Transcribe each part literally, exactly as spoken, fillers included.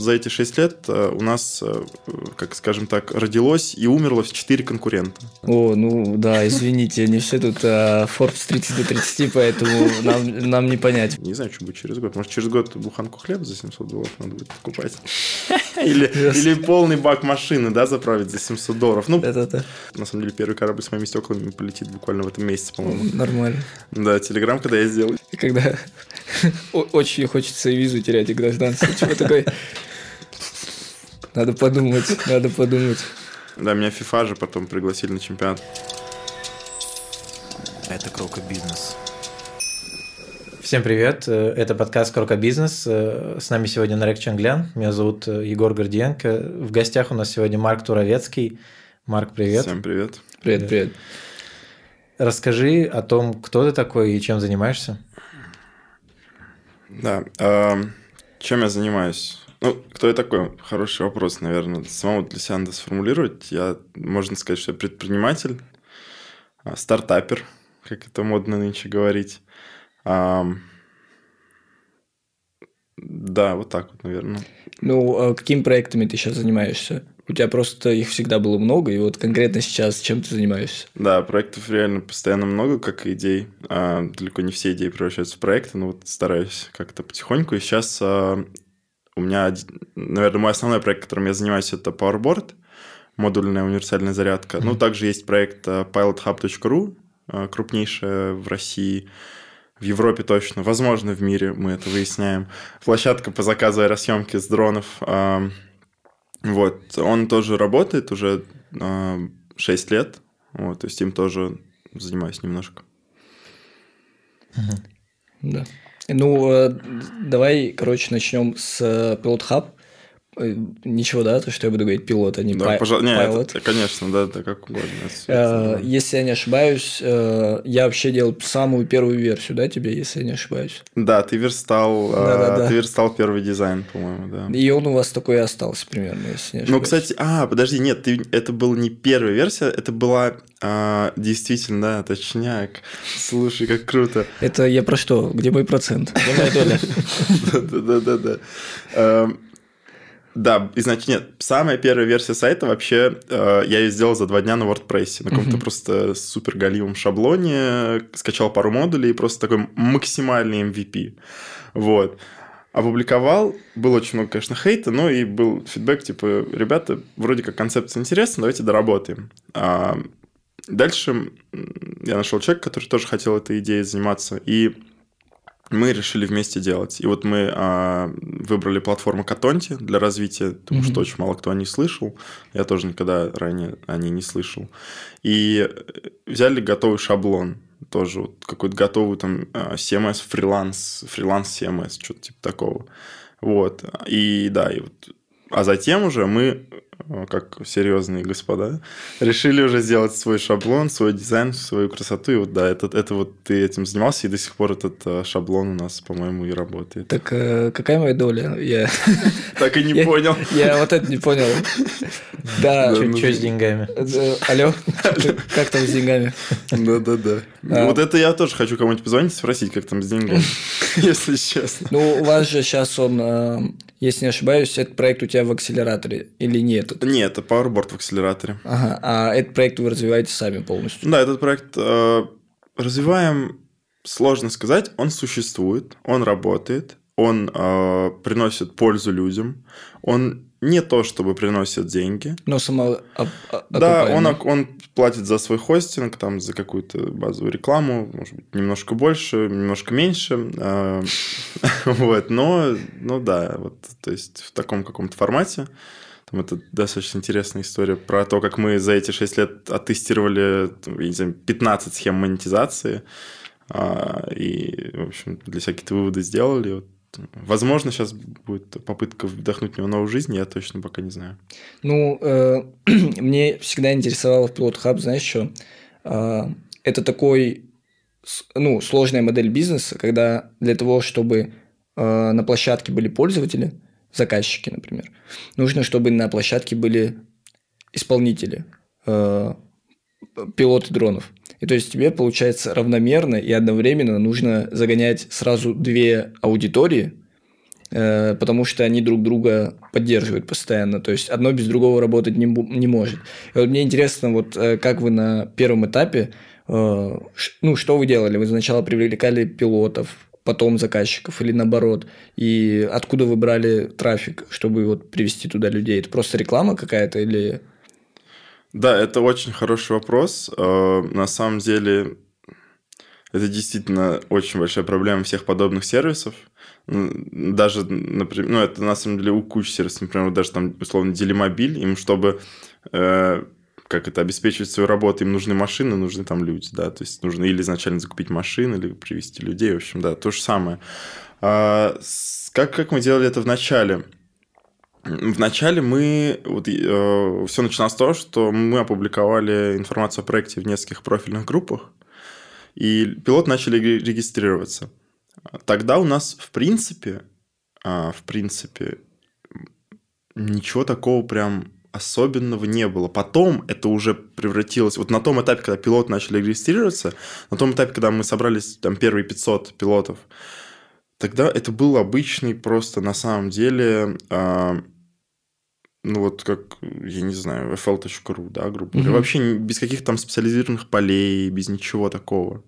за эти шесть лет у нас, как скажем так, родилось и умерло четыре конкурента. О, ну да, извините, не все тут а, Forbes тридцать до тридцати, поэтому нам, нам не понять. Не знаю, что будет через год. Может, через год буханку хлеба за семьсот долларов надо будет покупать. Или, или полный бак машины, да, заправить за семьсот долларов. Ну, Это-то. На самом деле, первый корабль с моими стеклами полетит буквально в этом месяце, по-моему. Нормально. Да, Телеграм, когда я сделаю. Когда очень хочется и визу терять, и гражданство. Типа такой... Надо подумать, надо подумать. Да, меня FIFA же потом пригласили на чемпионат. Это Крока Бизнес. Всем привет, это подкаст Крока Бизнес. С нами сегодня Нарек Чанглян, меня зовут Егор Гордиенко. В гостях у нас сегодня Марк Туровецкий. Марк, привет. Всем привет. Привет, привет. Расскажи о том, кто ты такой и чем занимаешься. Да, э, чем я занимаюсь? Ну, кто я такой? Хороший вопрос, наверное. Самому для себя надо сформулировать. Я, можно сказать, что я предприниматель, стартапер, как это модно нынче говорить. А, да, вот так вот, наверное. Ну, а какими проектами ты сейчас занимаешься? У тебя просто их всегда было много, и вот конкретно сейчас чем ты занимаешься? Да, проектов реально постоянно много, как и идей. А, далеко не все идеи превращаются в проекты, но вот стараюсь как-то потихоньку. И сейчас а, у меня, наверное, мой основной проект, которым я занимаюсь, это PowerBoard, модульная универсальная зарядка. Mm-hmm. Ну, также есть проект pilot hub точка ру, крупнейшая в России, в Европе точно, возможно, в мире, мы это выясняем. Площадка по заказу аэросъемки с дронов. Вот, он тоже работает уже шесть лет, вот, то есть им тоже занимаюсь немножко. Uh-huh. Да. Ну, давай, короче, начнем с Pilot Hub. Ничего, да, то, что я буду говорить пилот, а не да, пай- пожа... Нет, pilot. Это, конечно, да, да, как угодно. Uh, если я не ошибаюсь, uh, я вообще делал самую первую версию, да, тебе, если я не ошибаюсь? Да, ты верстал, uh, ты верстал первый дизайн, по-моему, да. И он у вас такой и остался примерно, если не ошибаюсь. Ну, кстати, а, подожди, нет, ты, это была не первая версия, это была а, действительно, да, точняк. Слушай, как круто. Это я про что? Где мой процент? Где моя доля? Да-да-да. Да, и значит, нет, самая первая версия сайта вообще, э, я ее сделал за два дня на WordPress, на каком-то uh-huh. просто супер галимом шаблоне, скачал пару модулей, просто такой максимальный эм ви пи. Вот. Опубликовал, было очень много, конечно, хейта, но и был фидбэк, типа, ребята, вроде как концепция интересна, давайте доработаем. А дальше я нашел человека, который тоже хотел этой идеей заниматься, и мы решили вместе делать. И вот мы а, выбрали платформу Катонти для развития, потому mm-hmm. что очень мало кто о ней слышал. Я тоже никогда ранее о ней не слышал. И взяли готовый шаблон. Тоже вот какой-то готовый там си эм эс, фриланс, фриланс си эм эс, что-то типа такого. Вот. И да, и вот... А затем уже мы, как серьезные господа, решили уже сделать свой шаблон, свой дизайн, свою красоту. И вот да, это, это вот ты этим занимался, и до сих пор этот шаблон у нас, по-моему, и работает. Так какая моя доля? Я... Так и не понял. Я вот это не понял. Да. Что с деньгами? Алло? Как там с деньгами? Да-да-да. Вот это я тоже хочу кому-нибудь позвонить и спросить, как там с деньгами, если честно. Ну, у вас же сейчас он, если не ошибаюсь, этот проект у тебя в акселераторе или нет? Нет, это PowerBoard в акселераторе. Ага, а этот проект вы развиваете сами полностью? Да, этот проект э, развиваем, сложно сказать, он существует, он работает, он э, приносит пользу людям, он не то, чтобы приносит деньги. Но само... Да, он, он платит за свой хостинг, там, за какую-то базовую рекламу, может быть, немножко больше, немножко меньше. Вот, но, ну да, вот, то есть в таком каком-то формате. Там это достаточно интересная история про то, как мы за эти шесть лет оттестировали, я не знаю, пятнадцать схем монетизации. И, в общем, для себя какие-то выводы сделали. Вот. Возможно, сейчас будет попытка вдохнуть в него новую жизнь, я точно пока не знаю. Ну, э, мне всегда интересовало в Pilot Hub, знаешь, что э, это такой, ну, сложная модель бизнеса, когда для того, чтобы э, на площадке были пользователи, заказчики, например, нужно, чтобы на площадке были исполнители, э, пилоты дронов. И то есть тебе, получается, равномерно и одновременно нужно загонять сразу две аудитории э, потому что они друг друга поддерживают постоянно. То есть одно без другого работать не, не может. И вот мне интересно, вот э, как вы на первом этапе, э, ш, ну, что вы делали? Вы сначала привлекали пилотов, потом заказчиков или наоборот? И откуда вы брали трафик, чтобы вот привести туда людей? Это просто реклама какая-то или... Да, это очень хороший вопрос. На самом деле, это действительно очень большая проблема всех подобных сервисов. Даже, например, ну, это на самом деле у кучи сервисов, например, даже там, условно, Делимобиль, им, чтобы э, как это, обеспечивать свою работу, им нужны машины, нужны там люди, да, то есть нужно или изначально закупить машины, или привезти людей, в общем, да, то же самое. А, с, как, как мы делали это в начале? Вначале мы... Вот, э, все начиналось с того, что мы опубликовали информацию о проекте в нескольких профильных группах, и пилоты начали регистрироваться. Тогда у нас, в принципе, э, в принципе, ничего такого прям особенного не было. Потом это уже превратилось... Вот на том этапе, когда пилоты начали регистрироваться, на том этапе, когда мы собрались там первые пятьсот пилотов, тогда это был обычный просто на самом деле... Э, ну, вот как, я не знаю, эф эл точка ру, да, грубо говоря. Mm-hmm. Вообще без каких-то там специализированных полей, без ничего такого.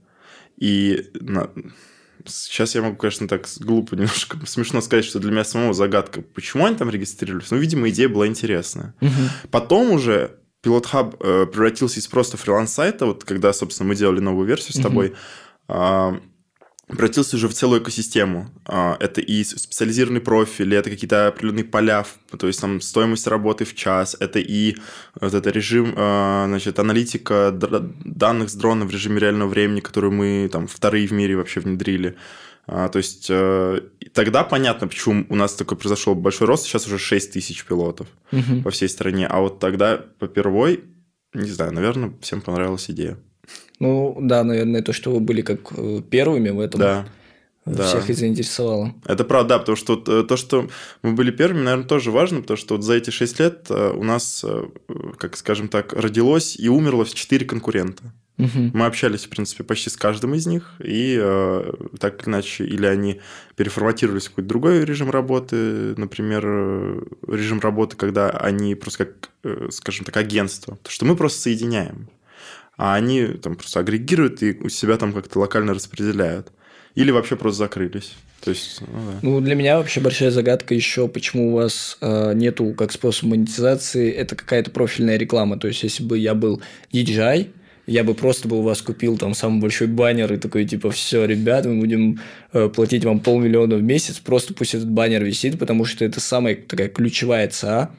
И на... сейчас я могу, конечно, так глупо, немножко смешно сказать, что для меня самого загадка, почему они там регистрировались. Ну, видимо, идея была интересная. Mm-hmm. Потом уже Pilot Hub э, превратился из просто фриланс-сайта, вот когда, собственно, мы делали новую версию с mm-hmm. тобой, э, превратился уже в целую экосистему. Это и специализированный профиль, это какие-то определенные поля, то есть там стоимость работы в час, это и вот это режим, значит, аналитика данных с дрона в режиме реального времени, которую мы там вторые в мире вообще внедрили. То есть тогда понятно, почему у нас такой произошел большой рост, сейчас уже шесть тысяч пилотов угу. по всей стране, а вот тогда попервой, не знаю, наверное, всем понравилась идея. Ну, да, наверное, то, что вы были как первыми в этом, да, всех да. и заинтересовало. Это правда, да, потому что то, что мы были первыми, наверное, тоже важно, потому что вот за эти шесть лет у нас, как скажем так, родилось и умерло четыре конкурента. Угу. Мы общались, в принципе, почти с каждым из них, и так или иначе, или они переформатировались в какой-то другой режим работы, например, режим работы, когда они просто как, скажем так, агентство, то что мы просто соединяем. А они там просто агрегируют и у себя там как-то локально распределяют. Или вообще просто закрылись. То есть, ну, да. Ну, для меня вообще большая загадка еще, почему у вас э, нету как способ монетизации, это какая-то профильная реклама. То есть, если бы я был ди джей ай, я бы просто бы у вас купил там самый большой баннер и такой, типа, все, ребят, мы будем э, платить вам полмиллиона в месяц, просто пусть этот баннер висит, потому что это самая такая ключевая ЦА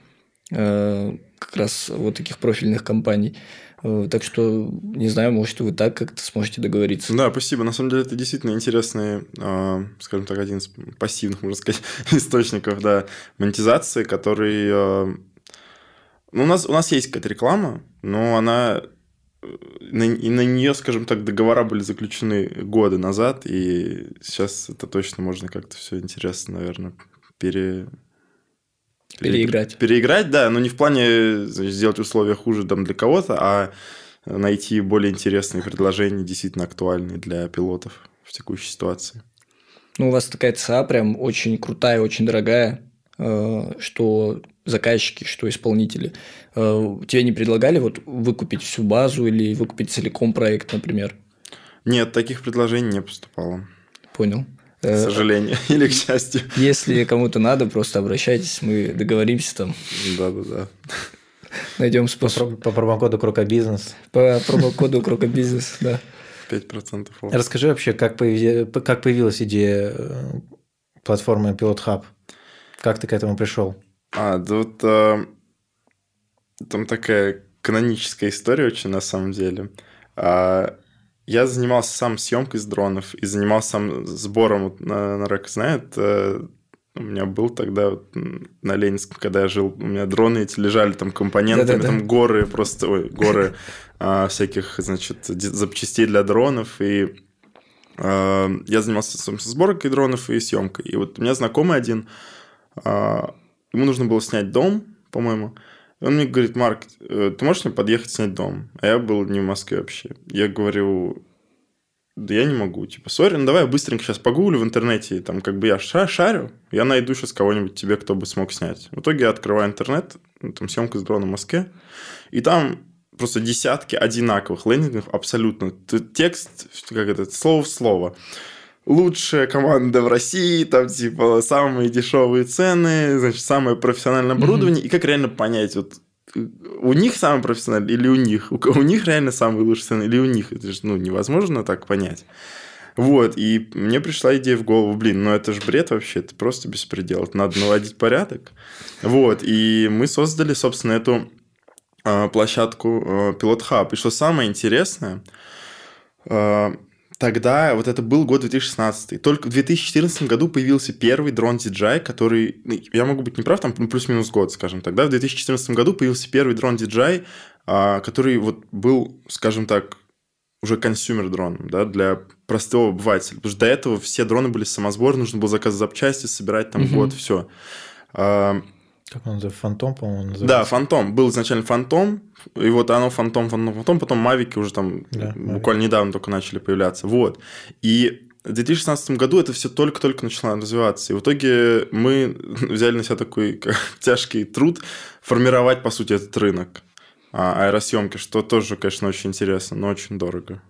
э, как раз вот таких профильных компаний. Так что, не знаю, может, вы так как-то сможете договориться. Да, спасибо. На самом деле, это действительно интересный, скажем так, один из пассивных, можно сказать, источников, да, монетизации, который... Ну, у нас, у нас есть какая-то реклама, но она... И на нее, скажем так, договора были заключены годы назад, и сейчас это точно можно как-то все интересно, наверное, пере... Переиграть. Переиграть, да, но не в плане сделать условия хуже там для кого-то, а найти более интересные предложения, действительно актуальные для пилотов в текущей ситуации. Ну, у вас такая ЦА прям очень крутая, очень дорогая, что заказчики, что исполнители. Тебе не предлагали вот выкупить всю базу или выкупить целиком проект, например? Нет, таких предложений не поступало. Понял. К сожалению, или к счастью. Если кому-то надо, просто обращайтесь, мы договоримся там. Да-да-да. Найдем способ. По, по промокоду Крокобизнес. По промокоду Крокобизнес, да. пять процентов. Расскажи вообще, как, появи... как появилась идея платформы Pilot Hub? Как ты к этому пришел? А, да вот а, там такая каноническая история очень на самом деле. А, Я занимался сам съемкой с дронов и занимался сам сбором. Вот, на, на Рак знает, э, у меня был тогда вот, на Ленинском, когда я жил, у меня дроны эти лежали там компонентами, Да-да-да. там горы просто, ой, горы э, всяких, значит, запчастей для дронов. И э, я занимался сам сборкой дронов и съемкой. И вот у меня знакомый один, э, ему нужно было снять дом, по-моему. И он мне говорит: Марк, ты можешь мне подъехать снять дом? А я был не в Москве вообще. Я говорю: да я не могу. Типа, сори, ну давай я быстренько сейчас погуглю в интернете, там как бы я шарю, я найду сейчас кого-нибудь тебе, кто бы смог снять. В итоге я открываю интернет, там съемка с дрона в Москве, и там просто десятки одинаковых лендингов абсолютно. Текст, как это, слово в слово. Лучшая команда в России, там, типа, самые дешевые цены, значит, самое профессиональное оборудование. Mm-hmm. И как реально понять, вот у них самое профессиональное или у них? У, у них реально самые лучшие цены или у них? Это же, ну, невозможно так понять. Вот, и мне пришла идея в голову, блин, ну это же бред вообще, это просто беспредел, это надо наводить порядок. Вот, и мы создали, собственно, эту э, площадку э, Pilot Hub. И что самое интересное... Э, Тогда, вот это был год две тысячи шестнадцатый. Только в две тысячи четырнадцатом году появился первый дрон ди джей ай, который... Я могу быть неправ, там плюс-минус год, скажем так. Да? В две тысячи четырнадцатом году появился первый дрон ди джей ай, который вот был, скажем так, уже консюмер-дроном, да, для простого обывателя. Потому что до этого все дроны были самосбор, нужно было заказывать запчасти, собирать там год, все. Как он называется? Фантом, по-моему, называется. Да, Фантом. Был изначально Фантом, и вот оно Фантом, Фантом, Фантом, потом Мавики уже там да, буквально Mavic. Недавно только начали появляться. Вот. И в две тысячи шестнадцатом году это все только-только начало развиваться. И в итоге мы взяли на себя такой как, тяжкий труд формировать, по сути, этот рынок а, аэросъемки, что тоже, конечно, очень интересно, но очень дорого.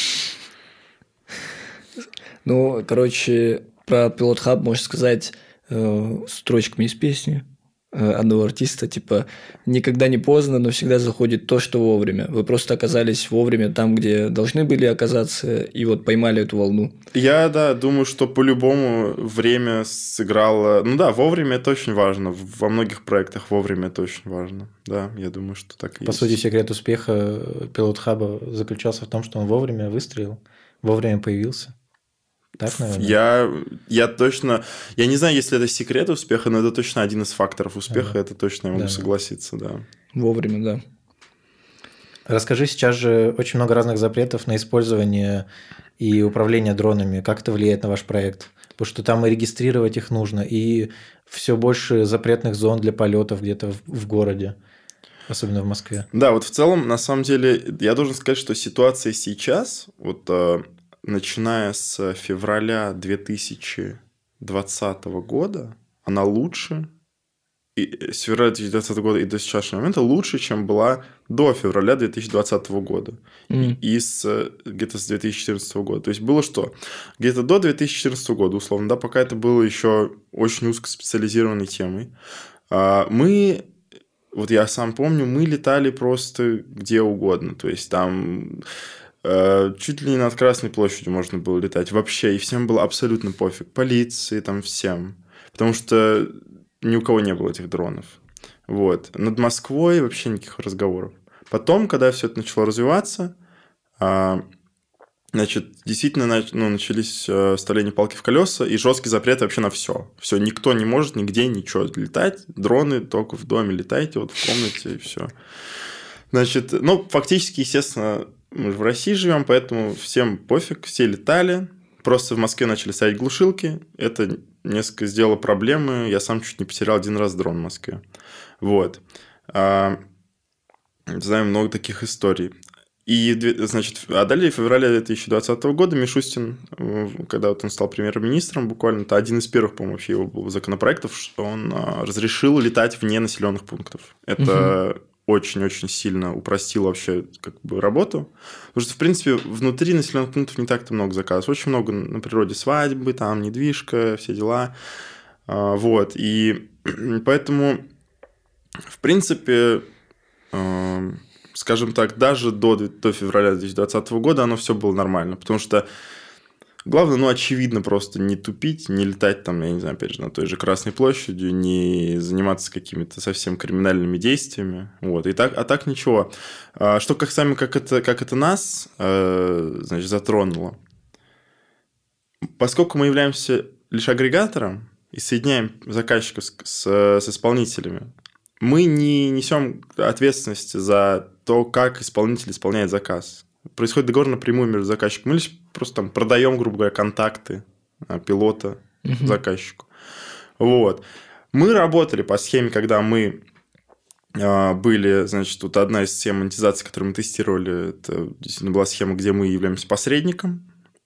Ну, короче, про Pilot Hub можно сказать э, строчками из песни одного артиста, типа, никогда не поздно, но всегда заходит то, что вовремя. Вы просто оказались вовремя там, где должны были оказаться, и вот поймали эту волну. Я, да, думаю, что по-любому время сыграло... Ну да, вовремя это очень важно. Во многих проектах вовремя это очень важно. Да, я думаю, что так и По есть. сути, секрет успеха Pilot Hub заключался в том, что он вовремя выстрелил, вовремя появился. Так, наверное? Я, я точно... Я не знаю, если это секрет успеха, но это точно один из факторов успеха. Да. Это точно я могу да, согласиться, да. Вовремя, да. Расскажи, сейчас же очень много разных запретов на использование и управление дронами. Как это влияет на ваш проект? Потому что там и регистрировать их нужно, и все больше запретных зон для полетов где-то в, в городе. Особенно в Москве. Да, вот в целом, на самом деле, я должен сказать, что ситуация сейчас... вот. Начиная с февраля две тысячи двадцатого года, она лучше, и с февраля две тысячи двадцатого года и до сегодняшнего момента лучше, чем была до февраля две тысячи двадцатого года. Mm. И с, где-то с две тысячи четырнадцатого года. То есть, было что? Где-то до две тысячи четырнадцатого года, условно, да, пока это было еще очень узкоспециализированной темой. Мы, вот я сам помню, мы летали просто где угодно. То есть, там... Чуть ли не над Красной площадью можно было летать вообще, и всем было абсолютно пофиг. Полиции, там всем. Потому что ни у кого не было этих дронов. Вот. Над Москвой вообще никаких разговоров. Потом, когда все это начало развиваться, значит, действительно ну, начались вставления палки в колеса и жесткий запрет вообще на все. Все, никто не может нигде ничего летать. Дроны только в доме летайте, вот в комнате, и все. Значит, ну, фактически, естественно, мы же в России живем, поэтому всем пофиг, все летали. Просто в Москве начали ставить глушилки. Это несколько сделало проблемы. Я сам чуть не потерял один раз дрон в Москве. Вот. А, знаем много таких историй. И, значит, а далее в феврале две тысячи двадцатого года Мишустин, когда вот он стал премьер-министром, буквально, это один из первых, по-моему, вообще его законопроектов, что он разрешил летать вне населенных пунктов. Это... Угу. Очень-очень сильно упростил вообще как бы работу. Потому что, в принципе, внутри населенных пунктов не так-то много заказов. Очень много на природе свадьбы, там недвижка, все дела. Вот. И поэтому, в принципе, скажем так, даже до, до февраля две тысячи двадцатого года оно все было нормально. Потому что главное, ну, очевидно, просто не тупить, не летать там, я не знаю, опять же, на той же Красной площади, не заниматься какими-то совсем криминальными действиями. Вот. И так, а так ничего. А что как сами, как это, как это нас, э, значит, затронуло. Поскольку мы являемся лишь агрегатором и соединяем заказчиков с, с, с исполнителями, мы не несем ответственности за то, как исполнитель исполняет заказ. Происходит договор напрямую между заказчиком. Мы лишь просто там продаем, грубо говоря, контакты пилота uh-huh. заказчику. Вот. Мы работали по схеме, когда мы э, были, значит, вот одна из схем монетизации, которую мы тестировали, это действительно была схема, где мы являемся посредником.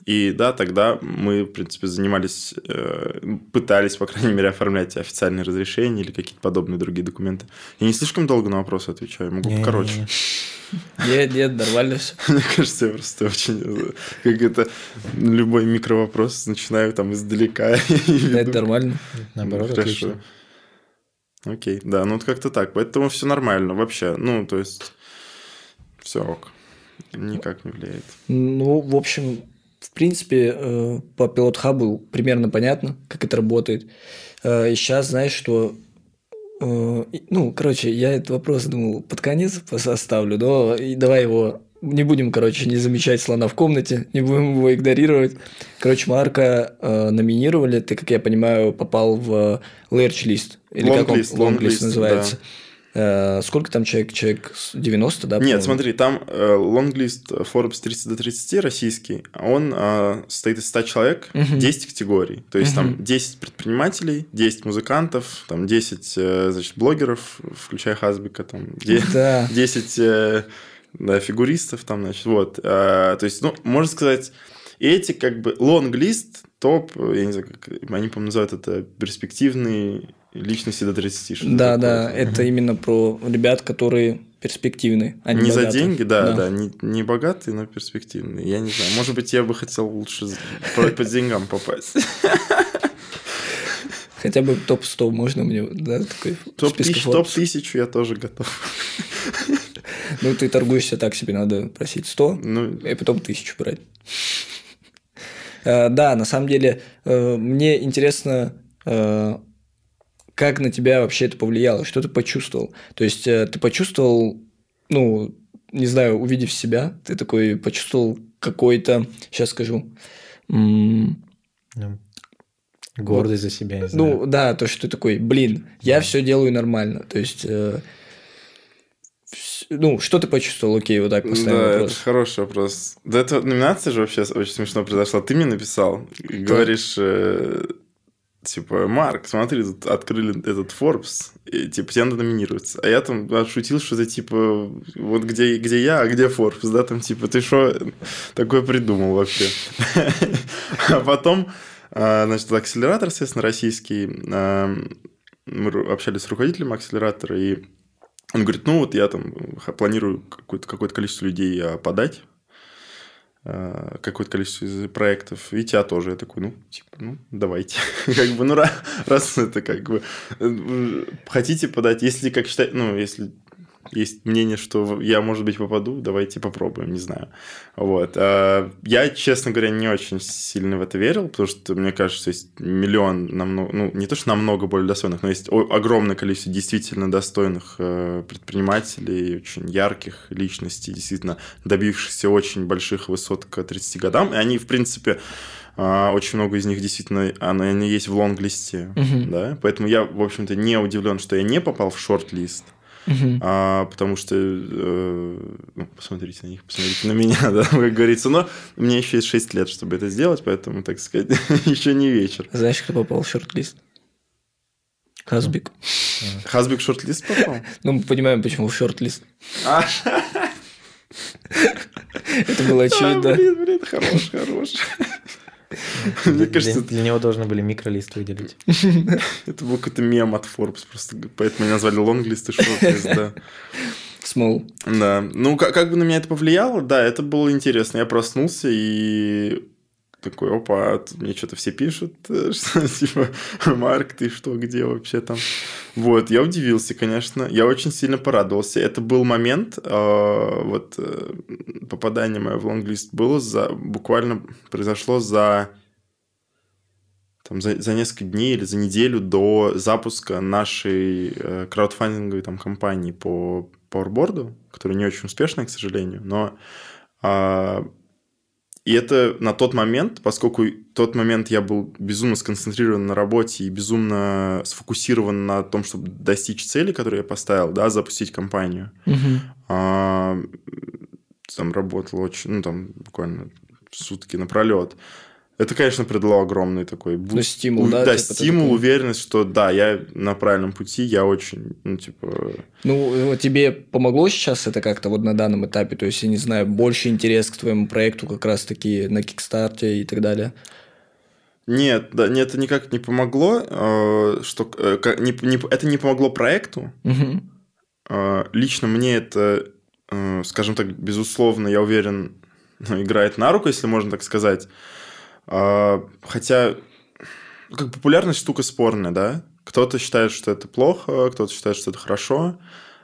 И да, тогда мы, в принципе, занимались, пытались, по крайней мере, оформлять официальные разрешения или какие-то подобные другие документы. Я не слишком долго на вопросы отвечаю, могу покороче. Нет, нет, нормально все. Мне кажется, я просто очень... Как это... Любой микровопрос начинаю там издалека. Это нормально. Наоборот, отлично. Окей, да, ну вот как-то так. Поэтому все нормально вообще. Ну, то есть, все ок. Никак не влияет. Ну, в общем... В принципе, по пилот-хабу примерно понятно, как это работает. И сейчас, знаешь, что... Ну, короче, я этот вопрос думал под конец оставлю, но и давай его... Не будем, короче, не замечать слона в комнате, не будем его игнорировать. Короче, Марка номинировали, ты, как я понимаю, попал в лэрч-лист. Или long как он? List, Лонг-лист называется. Да. Сколько там человек? Человек девяносто, да? Нет, по-моему? Смотри, там э, лонглист Forbes тридцать до тридцати российский, он э, состоит из ста человек, uh-huh. десять категорий. То есть, uh-huh. там десять предпринимателей, десять музыкантов, там десять э, значит, блогеров, включая Хазбика, там да. десять э, да, фигуристов, там, значит, вот. Э, то есть, ну, можно сказать, эти как бы лонглист, топ, я не знаю, как они, по-моему, называют это перспективный... Личности до тридцати. Да, да, это угу. именно про ребят, которые перспективные, а не Не богатые. За деньги, да, да, да не, не богатые, но перспективные. Я не знаю, может быть, я бы хотел лучше по, по деньгам попасть. Хотя бы топ сто можно мне, да, такой топ тысячу я тоже готов. Ну, ты торгуешься так, себе надо просить сто, ну, и потом тысячу брать. Да, на самом деле, мне интересно... Как на тебя вообще это повлияло? Что ты почувствовал? То есть, ты почувствовал, ну, не знаю, увидев себя, ты такой почувствовал какой-то, сейчас скажу... М- Гордость вот, за себя, не знаю. Ну, да, то, что ты такой, блин, я да. все делаю нормально. То есть, э, ну, что ты почувствовал? Окей, вот так поставим да, вопрос. Это хороший вопрос. Да, эта номинация же вообще очень смешно произошла. Ты мне написал, и говоришь... Э- Типа, Марк, смотри, тут открыли этот Forbes, и, типа, тебе надо номинироваться. А я там шутил, что это, типа, вот где, где я, а где Forbes, да, там, типа, ты что такое придумал вообще? А потом, значит, акселератор, естественно, российский, мы общались с руководителем акселератора, и он говорит, ну, вот я там планирую какое-то, какое-то количество людей подать, какое-то количество проектов, и тебя тоже. Я такой, ну, типа, ну, давайте. Как бы, ну, раз это как бы хотите подать, если, как считать, ну, если есть мнение, что я, может быть, попаду, давайте попробуем, не знаю. Вот. Я, честно говоря, не очень сильно в это верил, потому что, мне кажется, есть миллион, намного, ну, не то, что намного более достойных, но есть огромное количество действительно достойных предпринимателей, очень ярких личностей, действительно добившихся очень больших высот к тридцати годам, и они, в принципе... Очень много из них действительно они есть в лонг-листе, uh-huh. да? Поэтому я, в общем-то, не удивлен, что я не попал в шорт-лист. Uh-huh. А, потому что э, ну, посмотрите на них, посмотрите на меня, да, как говорится. Но у меня еще есть шесть лет, чтобы это сделать, поэтому, так сказать, еще не вечер. Знаешь, кто попал в шорт-лист? Хазбик. Хазбик в шорт-лист попал? Ну, мы понимаем, почему в шорт-лист. Это было очевидно. Блин, блин, хорош, хорош. Мне кажется, для него должны были микролист выделить. Это был какой-то мем от Forbes, просто поэтому меня назвали лонглист и шортлист, да. Small. Да. Ну, как, как бы на меня это повлияло, да, это было интересно. Я проснулся и такой, опа, мне что-то все пишут, что типа, Марк, ты что, где вообще там? Вот, я удивился, конечно, я очень сильно порадовался. Это был момент, э, вот, э, попадание мое в лонглист было за, буквально произошло за, там, за, за несколько дней или за неделю до запуска нашей э, краудфандинговой там компании по пауэрборду, которая не очень успешная, к сожалению, но... Э, И это на тот момент, поскольку в тот момент я был безумно сконцентрирован на работе и безумно сфокусирован на том, чтобы достичь цели, которую я поставил, да, запустить компанию. Uh-huh. А, там работал очень, ну, там буквально сутки напролет. Это, конечно, придало огромный такой буст. Ну, стимул, да? Да, типа стимул, такой... уверенность, что да, я на правильном пути, я очень, ну, типа... Ну, тебе помогло сейчас это как-то вот на данном этапе? То есть, я не знаю, больше интерес к твоему проекту как раз-таки на Кикстарте и так далее? Нет, да, нет, это никак не помогло. Что, не, не, это не помогло проекту. Угу. Лично мне это, скажем так, безусловно, я уверен, играет на руку, если можно так сказать. Хотя, как популярность штука спорная, да? Кто-то считает, что это плохо, кто-то считает, что это хорошо.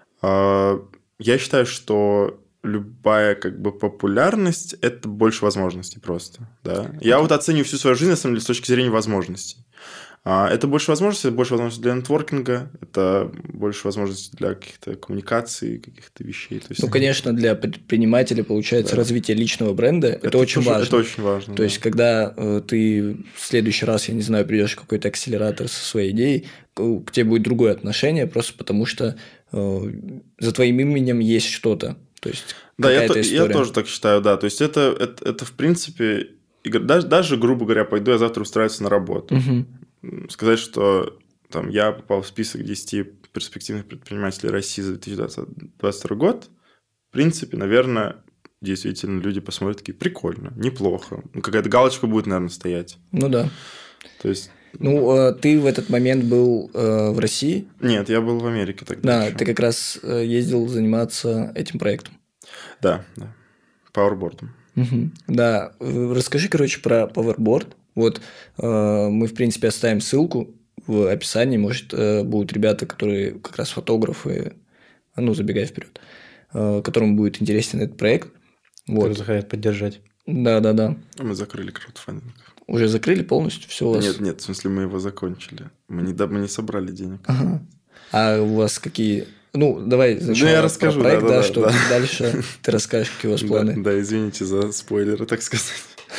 Я считаю, что любая как бы популярность – это больше возможностей просто, да? Я вот оцениваю всю свою жизнь, на самом деле, с точки зрения возможностей. Это больше возможностей, это больше возможностей для нетворкинга, это больше возможностей для каких-то коммуникаций, каких-то вещей. То есть... Ну, конечно, для предпринимателя, получается, да. развитие личного бренда – это, это очень тоже, важно. Это очень важно. То да. есть, когда э, ты в следующий раз, я не знаю, придешь в какой-то акселератор со своей идеей, к, к тебе будет другое отношение, просто потому что э, за твоим именем есть что-то. То есть, да, я, то, я тоже так считаю, да. То есть, это, это, это в принципе, даже, даже, грубо говоря, пойду я завтра устраиваться на работу. Угу. Сказать, что там, я попал в список десяти перспективных предпринимателей России за две тысячи двадцать второй год, в принципе, наверное, действительно люди посмотрят такие, прикольно, неплохо. Ну, какая-то галочка будет, наверное, стоять. Ну да. То есть... Ну, ты в этот момент был э, в России? Нет, я был в Америке тогда. Да, еще. Ты как раз ездил заниматься этим проектом. Да, да. Powerboard. Угу. Да. Расскажи, короче, про Powerboard. Вот э, мы, в принципе, оставим ссылку в описании. Может, э, будут ребята, которые как раз фотографы, ну, забегая вперед, э, которым будет интересен этот проект. Которые вот. захотят поддержать. Да, да, да. Мы закрыли краудфандинг. Уже закрыли полностью? Все у вас? Нет, нет, в смысле, мы его закончили. Мы не, мы не собрали денег. Ага. А у вас какие... Ну, давай сначала ну, я расскажу, про проект, да, да, да, да, что да. дальше ты расскажешь, какие у вас планы. Да, да, извините за спойлеры, так сказать.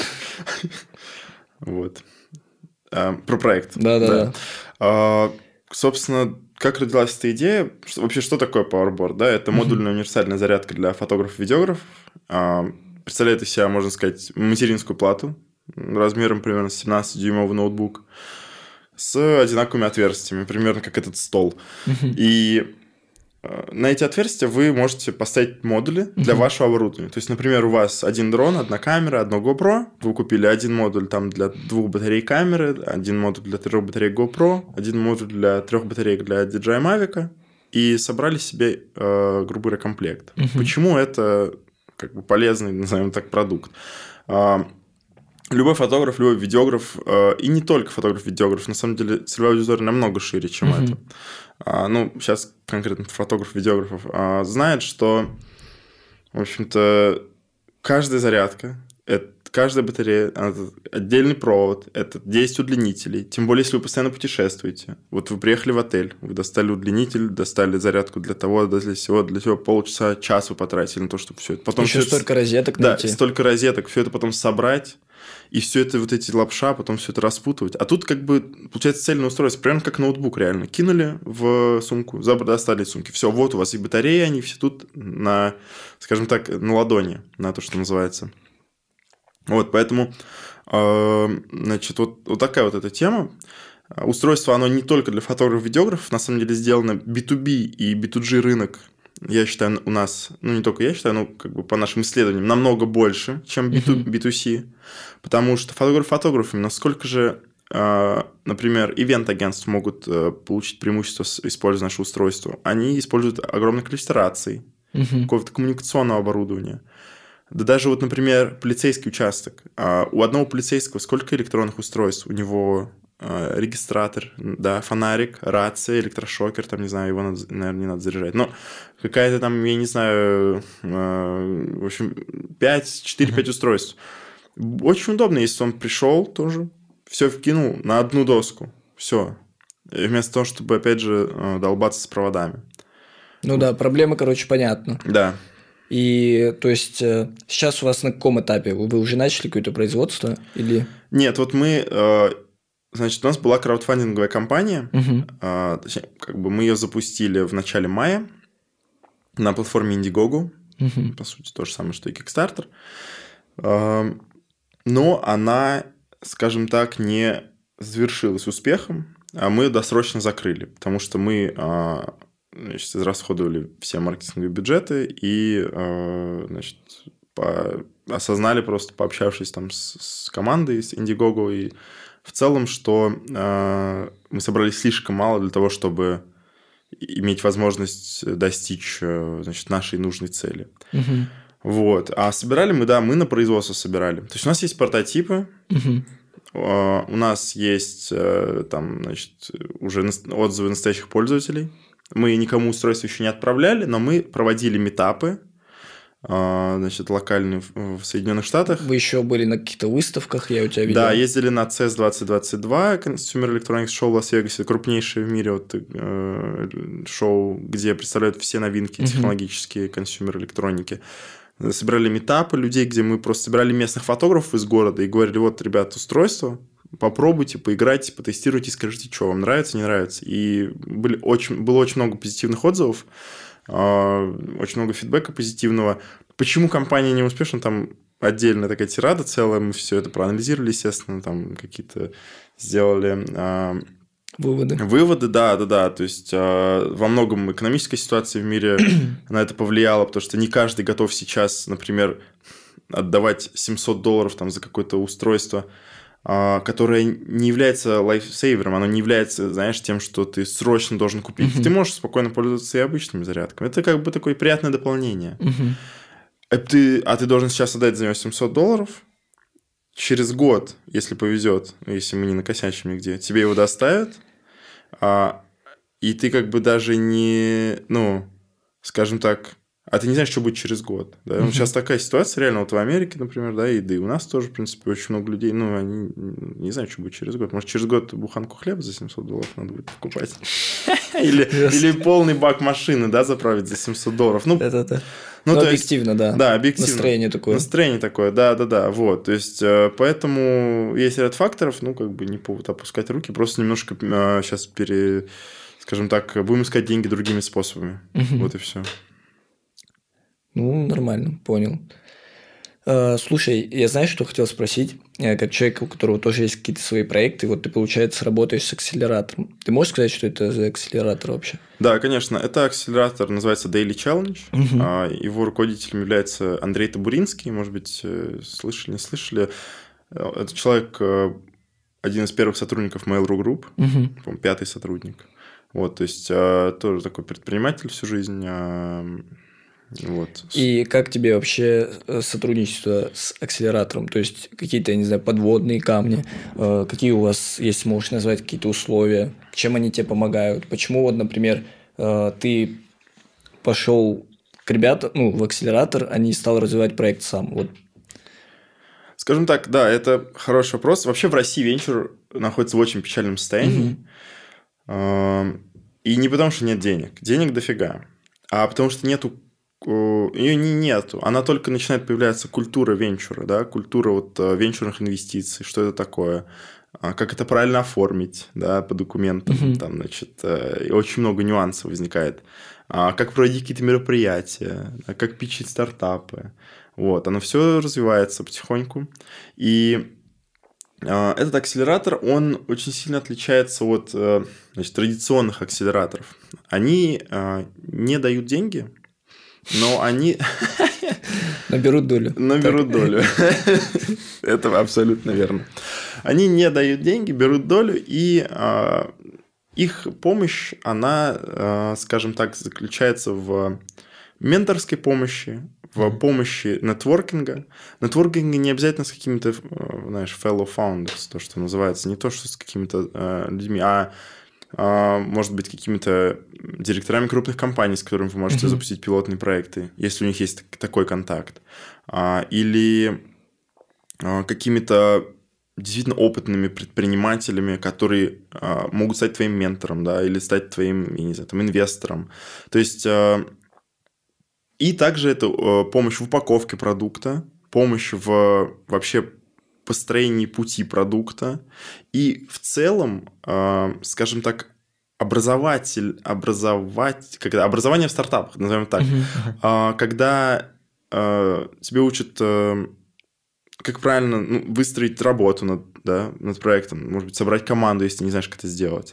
Вот. А, про проект. Да, да, да. А, собственно, как родилась эта идея? Вообще, что такое Powerboard? Да, это модульная универсальная зарядка для фотографов-видеографов. А, представляет из себя, можно сказать, материнскую плату размером примерно семнадцатидюймовый ноутбук с одинаковыми отверстиями, примерно как этот стол. И на эти отверстия вы можете поставить модули для uh-huh. вашего оборудования. То есть, например, у вас один дрон, одна камера, одно GoPro. Вы купили один модуль там для двух батарей камеры, один модуль для трех батарей GoPro, один модуль для трех батарей для ди джей ай Mavic и собрали себе, э, грубо говоря, комплект. Uh-huh. Почему это как бы полезный, назовем так, продукт? Э, любой фотограф, любой видеограф, э, и не только фотограф-видеограф, на самом деле целевая аудитория намного шире, чем uh-huh. это. А, ну, сейчас конкретно фотограф-видеографов а, знает, что, в общем-то, каждая зарядка, это, каждая батарея, это отдельный провод, это десять удлинителей. Тем более, если вы постоянно путешествуете. Вот вы приехали в отель, вы достали удлинитель, достали зарядку для того, для всего, для всего полчаса, час вы потратили на то, чтобы все это... Потом еще все столько это... розеток да, найти. Да, столько розеток, все это потом собрать. И все это, вот эти лапша, потом все это распутывать. А тут как бы получается цельное устройство, прямо как ноутбук реально. Кинули в сумку, достали из сумки. Все, вот у вас и батареи, они все тут на, скажем так, на ладони, на то, что называется. Вот, поэтому, значит, вот, вот такая вот эта тема. Устройство, оно не только для фотографов-видеографов, на самом деле сделано би ту би и би ту джи рынок. Я считаю, у нас, ну не только я считаю, но как бы по нашим исследованиям намного больше, чем би ту си, потому что фотограф фотографами, насколько же, э, например, ивент-агентства могут э, получить преимущество, используя наше устройство, они используют огромное количество раций, uh-huh. какого-то коммуникационного оборудования. Да даже вот, например, полицейский участок. Э, у одного полицейского сколько электронных устройств? У него... регистратор, да, фонарик, рация, электрошокер, там, не знаю, его, надо, наверное, не надо заряжать. Но какая-то там, я не знаю, в общем, пять, четыре-пять uh-huh. устройств. Очень удобно, если он пришел тоже, все вкинул на одну доску, все. Вместо того, чтобы, опять же, долбаться с проводами. Ну да, проблема, короче, понятна. Да. И, то есть, сейчас у вас на каком этапе? Вы уже начали какое-то производство? Или... Нет, вот мы... Значит, у нас была краудфандинговая кампания, uh-huh. а, точнее, как бы мы ее запустили в начале мая на платформе Indiegogo, uh-huh. по сути, то же самое, что и Kickstarter, а, но она скажем так, не завершилась успехом, а мы досрочно закрыли, потому что мы значит, израсходовали все маркетинговые бюджеты и значит, по... осознали просто, пообщавшись там с, с командой, с Indiegogo, и в целом, что мы собрали слишком мало для того, чтобы иметь возможность достичь значит, нашей нужной цели. Угу. Вот. А собирали мы, да, мы на производство собирали. То есть, у нас есть прототипы, угу. у нас есть там, значит, уже отзывы настоящих пользователей. Мы никому устройство еще не отправляли, но мы проводили митапы, значит, локальные в Соединенных Штатах. Вы еще были на каких-то выставках, я у тебя видел. Да, ездили на си и эс двадцать двадцать два, Consumer Electronics Show в Лас-Вегасе, крупнейшее в мире вот, э, шоу, где представляют все новинки технологические консюмер электроники. Собирали митапы людей, где мы просто собирали местных фотографов из города и говорили, вот, ребят, устройство, попробуйте, поиграйте, потестируйте, скажите, что вам нравится, не нравится. И были очень, было очень много позитивных отзывов, очень много фидбэка позитивного. Почему компания не успешна, там отдельная такая тирада целая, мы все это проанализировали, естественно, там какие-то сделали выводы. Выводы, да, да, да. То есть во многом экономическая ситуация в мире на это повлияла, потому что не каждый готов сейчас, например, отдавать семьсот долларов там, за какое-то устройство, которое не является лайфсейвером, оно не является, знаешь, тем, что ты срочно должен купить. Uh-huh. Ты можешь спокойно пользоваться и обычными зарядками. Это как бы такое приятное дополнение. Uh-huh. А, ты, а ты должен сейчас отдать за него семьсот долларов. Через год, если повезет, если мы не накосячим нигде, тебе его доставят, а, и ты как бы даже не, ну, скажем так, а ты не знаешь, что будет через год. Да? Uh-huh. Сейчас такая ситуация, реально, вот в Америке, например, да, и да и у нас тоже, в принципе, очень много людей, ну, они не знают, что будет через год. Может, через год буханку хлеба за семьсот долларов надо будет покупать. Или, или полный бак машины, да, заправить за семьсот долларов. Ну, это, ну, ну то объективно, есть, да. Да, объективно. Настроение такое. Настроение такое, да-да-да. Вот, то есть, поэтому есть ряд факторов, ну, как бы не повод опускать руки, просто немножко сейчас пере... скажем так, будем искать деньги другими способами. Uh-huh. Вот и все. Ну, нормально, понял. Слушай, я знаю, что хотел спросить. Как человек, у которого тоже есть какие-то свои проекты, вот ты, получается, работаешь с акселератором. Ты можешь сказать, что это за акселератор вообще? Да, конечно. Это акселератор, называется Daily Challenge. Uh-huh. Его руководителем является Андрей Табуринский. Может быть, слышали, не слышали. Это человек, один из первых сотрудников Mail.ru Group. Uh-huh. По-моему, пятый сотрудник. Вот, то есть, тоже такой предприниматель всю жизнь. Вот. И как тебе вообще сотрудничество с акселератором? То есть, какие-то, я не знаю, подводные камни? Какие у вас, если можешь назвать, какие-то условия? Чем они тебе помогают? Почему, вот, например, ты пошел к ребятам, ну, в акселератор, а не стал развивать проект сам? Вот. Скажем так, да, это хороший вопрос. Вообще в России венчур находится в очень печальном состоянии. Uh-huh. И не потому, что нет денег. Денег дофига. А потому, что нету ее не нету, она только начинает появляться культура венчура, да, культура вот венчурных инвестиций, что это такое, как это правильно оформить, да, по документам, uh-huh. там, значит, и очень много нюансов возникает, как проводить какие-то мероприятия, как питчить стартапы, вот, оно все развивается потихоньку, и этот акселератор, он очень сильно отличается от, значит, традиционных акселераторов, они не дают деньги. Но они... Наберут долю. Наберут долю. Это абсолютно верно. Они не дают деньги, берут долю, и э, их помощь, она, э, скажем так, заключается в менторской помощи, в mm-hmm. помощи нетворкинга. Нетворкинга не обязательно с какими-то, знаешь, fellow founders, то, что называется, не то, что с какими-то э, людьми, а может быть, какими-то директорами крупных компаний, с которыми вы можете uh-huh. запустить пилотные проекты, если у них есть такой контакт. Или какими-то действительно опытными предпринимателями, которые могут стать твоим ментором, да, или стать твоим, я не знаю, там, инвестором. То есть, и также это помощь в упаковке продукта, помощь в вообще построении пути продукта и в целом, э, скажем так, образователь, образовать, когда образование в стартапах, назовем так, uh-huh. э, когда э, тебе учат э, как правильно ну, выстроить работу над, да, над проектом, может быть, собрать команду, если не знаешь, как это сделать.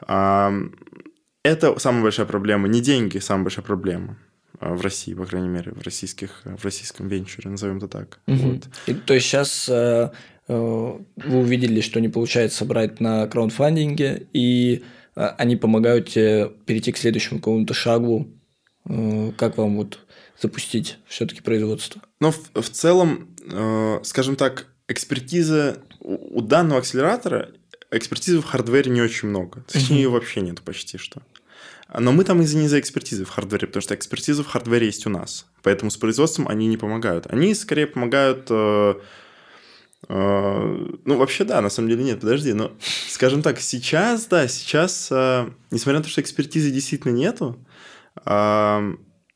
Это самая большая проблема. Не деньги, самая большая проблема в России, по крайней мере, в, российских, в российском венчуре, назовем это так. Угу. Вот. И, то есть сейчас э, э, вы увидели, что не получается собрать на краундфандинге, и э, они помогают тебе перейти к следующему какому-то шагу. Э, как вам вот запустить все-таки производство? Но в, в целом, э, скажем так, экспертиза у, у данного акселератора, экспертизы в хардвере не очень много. Точнее, ее вообще нет почти что. Но мы там из-за не за экспертизы в хардвере, потому что экспертиза в хардвере есть у нас. Поэтому с производством они не помогают. Они скорее помогают... Э, э, ну, вообще, да, на самом деле нет, подожди. Но, скажем так, сейчас, да, сейчас, э, несмотря на то, что экспертизы действительно нету, э,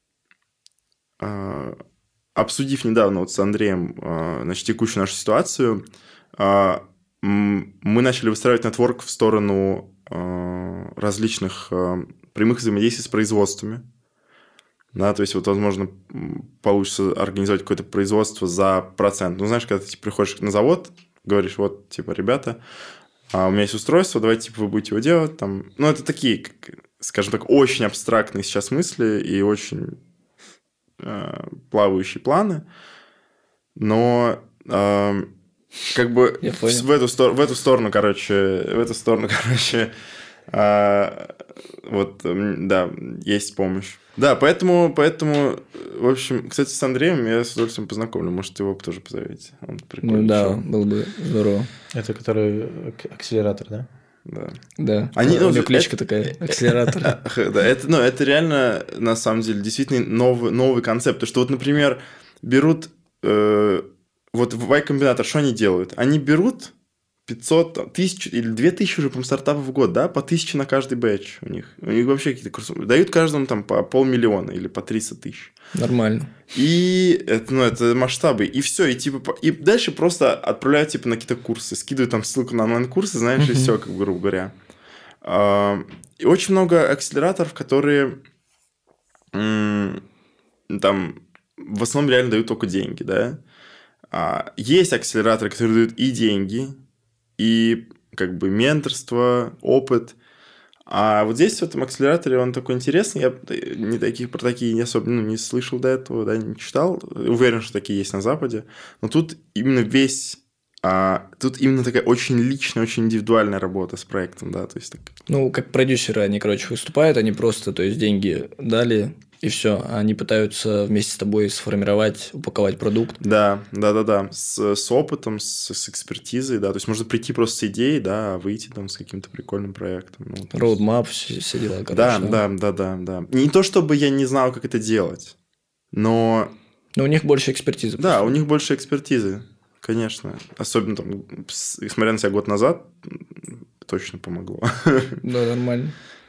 э, обсудив недавно вот с Андреем э, значит, текущую нашу ситуацию, э, мы начали выстраивать нетворк в сторону э, различных... Э, прямых взаимодействий с производствами. Да, то есть, вот, возможно, получится организовать какое-то производство за процент. Ну, знаешь, когда ты типа, приходишь на завод, говоришь, вот, типа, ребята, а у меня есть устройство, давайте, типа, вы будете его делать. Там... Ну, это такие, как, скажем так, очень абстрактные сейчас мысли и очень э, плавающие планы. Но э, как бы в, в, эту, в эту сторону, короче, в эту сторону, короче, А, вот, да, есть помощь. Да, поэтому, поэтому, в общем, кстати, с Андреем я с удовольствием познакомлю. Может, его тоже позовете. Он прикольный. Ну да, человек. было бы здорово. Это который акселератор, да? Да. Да. Они, у ну, него кличка это, такая, акселератор. Да, это, ну, это реально, на самом деле, действительно новый, новый концепт. Потому что, вот, например, берут... Э, вот в Y-комбинатор что они делают? Они берут... пятьсот, тысячу или две тысячи уже, по-моему, стартапов в год, да, по тысяче на каждый бэч у них. У них вообще какие-то курсы. Дают каждому там по полмиллиона или по триста тысяч. Нормально. И это, ну, это масштабы. И все. И, типа, и дальше просто отправляют типа, на какие-то курсы. Скидывают там ссылку на онлайн-курсы, знаешь, и все, как грубо говоря. И очень много акселераторов, которые там в основном реально дают только деньги, да. Есть акселераторы, которые дают и деньги, и как бы менторство, опыт. А вот здесь в этом акселераторе он такой интересный. Я не таких, про такие не особо ну, не слышал до этого, да, не читал. Уверен, что такие есть на Западе. Но тут именно весь... А, тут именно такая очень личная, очень индивидуальная работа с проектом, да, то есть... Так... Ну, как продюсеры они, короче, выступают, они просто, то есть, деньги дали... И все, они пытаются вместе с тобой сформировать, упаковать продукт. Да, да, да, да. С, с опытом, с, с экспертизой, да. То есть можно прийти просто с идеей, да, а выйти там с каким-то прикольным проектом. Ну, Роудмап, все, все дела, короче. Да, да, да, да, да. Не то чтобы я не знал, как это делать, но. Но у них больше экспертизы. Да, просто. У них больше экспертизы, конечно. Особенно там, смотря на себя год назад, точно помогло. Да, нормально.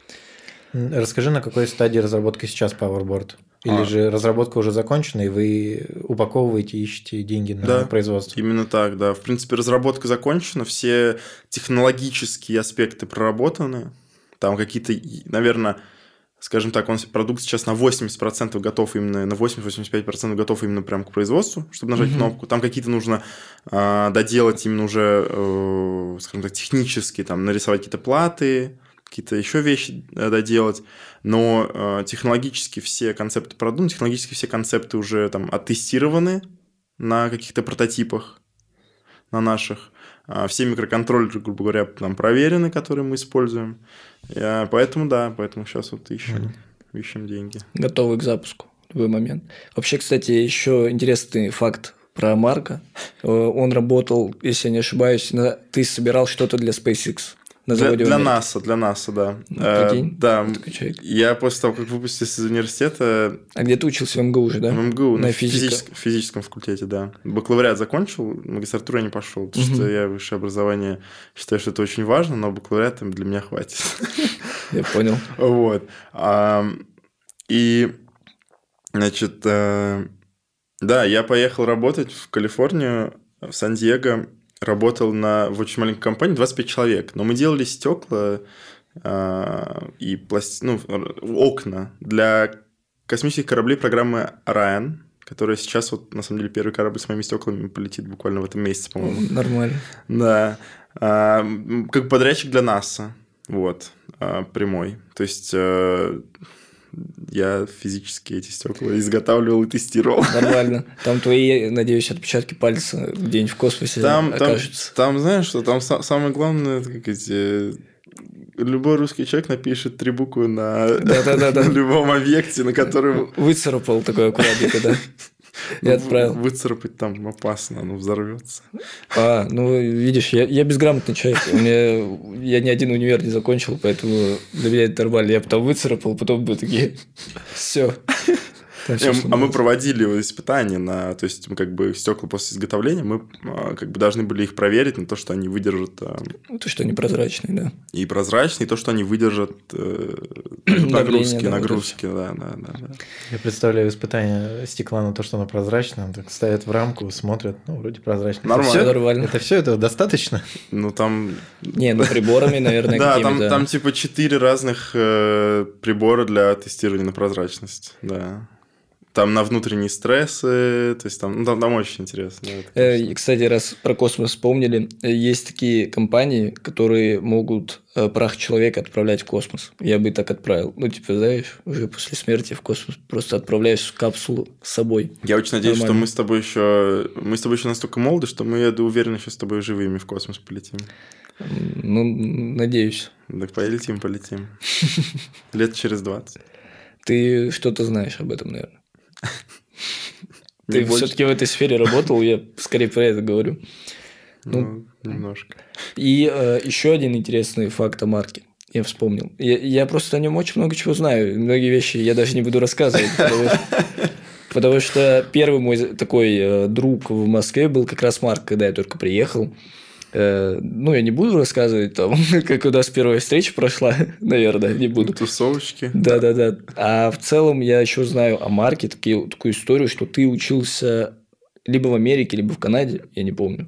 Расскажи, на какой стадии разработки сейчас Powerboard? Или а. же разработка уже закончена, и вы упаковываете, ищете деньги на да, производство? Именно так, да. В принципе, разработка закончена, все технологические аспекты проработаны. Там какие-то, наверное, скажем так, он продукт сейчас на восемьдесят процентов готов именно, на восемьдесят-восемьдесят пять процентов готов именно прямо к производству, чтобы нажать угу. кнопку. Там какие-то нужно э, доделать именно уже, э, скажем так, технически, там, нарисовать какие-то платы, какие-то еще вещи доделать, но э, технологически все концепты продуманы, технологически все концепты уже там оттестированы на каких-то прототипах, на наших. Э, все микроконтроллеры, грубо говоря, там проверены, которые мы используем. Э, поэтому да, поэтому сейчас вот ищем, mm-hmm. ищем деньги. Готовы к запуску в любой момент. Вообще, кстати, еще интересный факт про Марка. Он работал, если я не ошибаюсь, на... ты собирал что-то для SpaceX. На для, для НАСА, для НАСА, да. Ну, прикинь, э, да, я после того, как выпустился из университета... А где ты учился в МГУ уже, да? В МГУ, на в физическом, физическом факультете, да. Бакалавриат закончил, магистратуру я не пошел, потому угу. что я высшее образование считаю, что это очень важно, но бакалавриата для меня хватит. Я понял. Вот. И, значит, да, я поехал работать в Калифорнию, в Сан-Диего. Работал на, в очень маленькой компании, двадцать пять человек, но мы делали стекла э, и пласти... ну, окна для космических кораблей программы Orion. которая сейчас вот, на самом деле, первый корабль с моими стеклами полетит буквально в этом месяце, по-моему. Нормально. Да. А, как подрядчик для НАСА. Вот. А, прямой. То есть... А, я физически эти стекла изготавливал и тестировал. Нормально. Там твои, надеюсь, отпечатки пальца где-нибудь в космосе там, окажутся. Там, там, знаешь, что там самое главное, как эти... Любой русский человек напишет три буквы на, на любом объекте, на котором... Выцарапал такой аккуратненько, да? И отправил. Выцарапать там опасно, оно взорвется. А, ну, видишь, я, я безграмотный человек. У меня, я ни один универ не закончил, поэтому для меня это нормально. Я потом выцарапал, потом бы такие... Все. Там всё, а мы проводили испытания на, то есть мы как бы стекла после изготовления, мы как бы должны были их проверить на то, что они выдержат. Ну, то, что они прозрачные, да. И прозрачные, и то, что они выдержат э, нагрузки, да, нагрузки, да, да, да, да. Я представляю испытание стекла на то, что оно прозрачное, так ставят в рамку, смотрят, ну вроде прозрачно. Нормально. Это всё? Нормально. Это все, этого достаточно? Ну там. Не, ну приборами, наверное, да, какими-то. там, там типа четыре разных э, прибора для тестирования на прозрачность, да. Там на внутренние стрессы, то есть там, ну, там, там очень интересно. Да, и, кстати, раз про космос вспомнили, есть такие компании, которые могут прах человека отправлять в космос. Я бы так отправил. Ну, типа, знаешь, уже после смерти в космос просто отправляешь капсулу с собой. Я очень надеюсь, Нормально. что мы с тобой еще мы с тобой еще настолько молоды, что мы, я уверен, еще с тобой живыми в космос полетим. Ну, надеюсь. Так полетим, полетим. Лет через двадцать. Ты что-то знаешь об этом, наверное. Ты все-таки в этой сфере работал, я скорее про это говорю. Ну, ну немножко. И э, еще один интересный факт о Марке. Я вспомнил. Я, я просто о нем очень много чего знаю. Многие вещи я даже не буду рассказывать. Потому что, потому что первый мой такой э, друг в Москве был как раз Марк, когда я только приехал. Ну, я не буду рассказывать, там, как у нас первая встреча прошла, наверное, не буду. Тусовочки. Да-да-да. А в целом я еще знаю о Марке такие, такую историю, что ты учился либо в Америке, либо в Канаде, я не помню,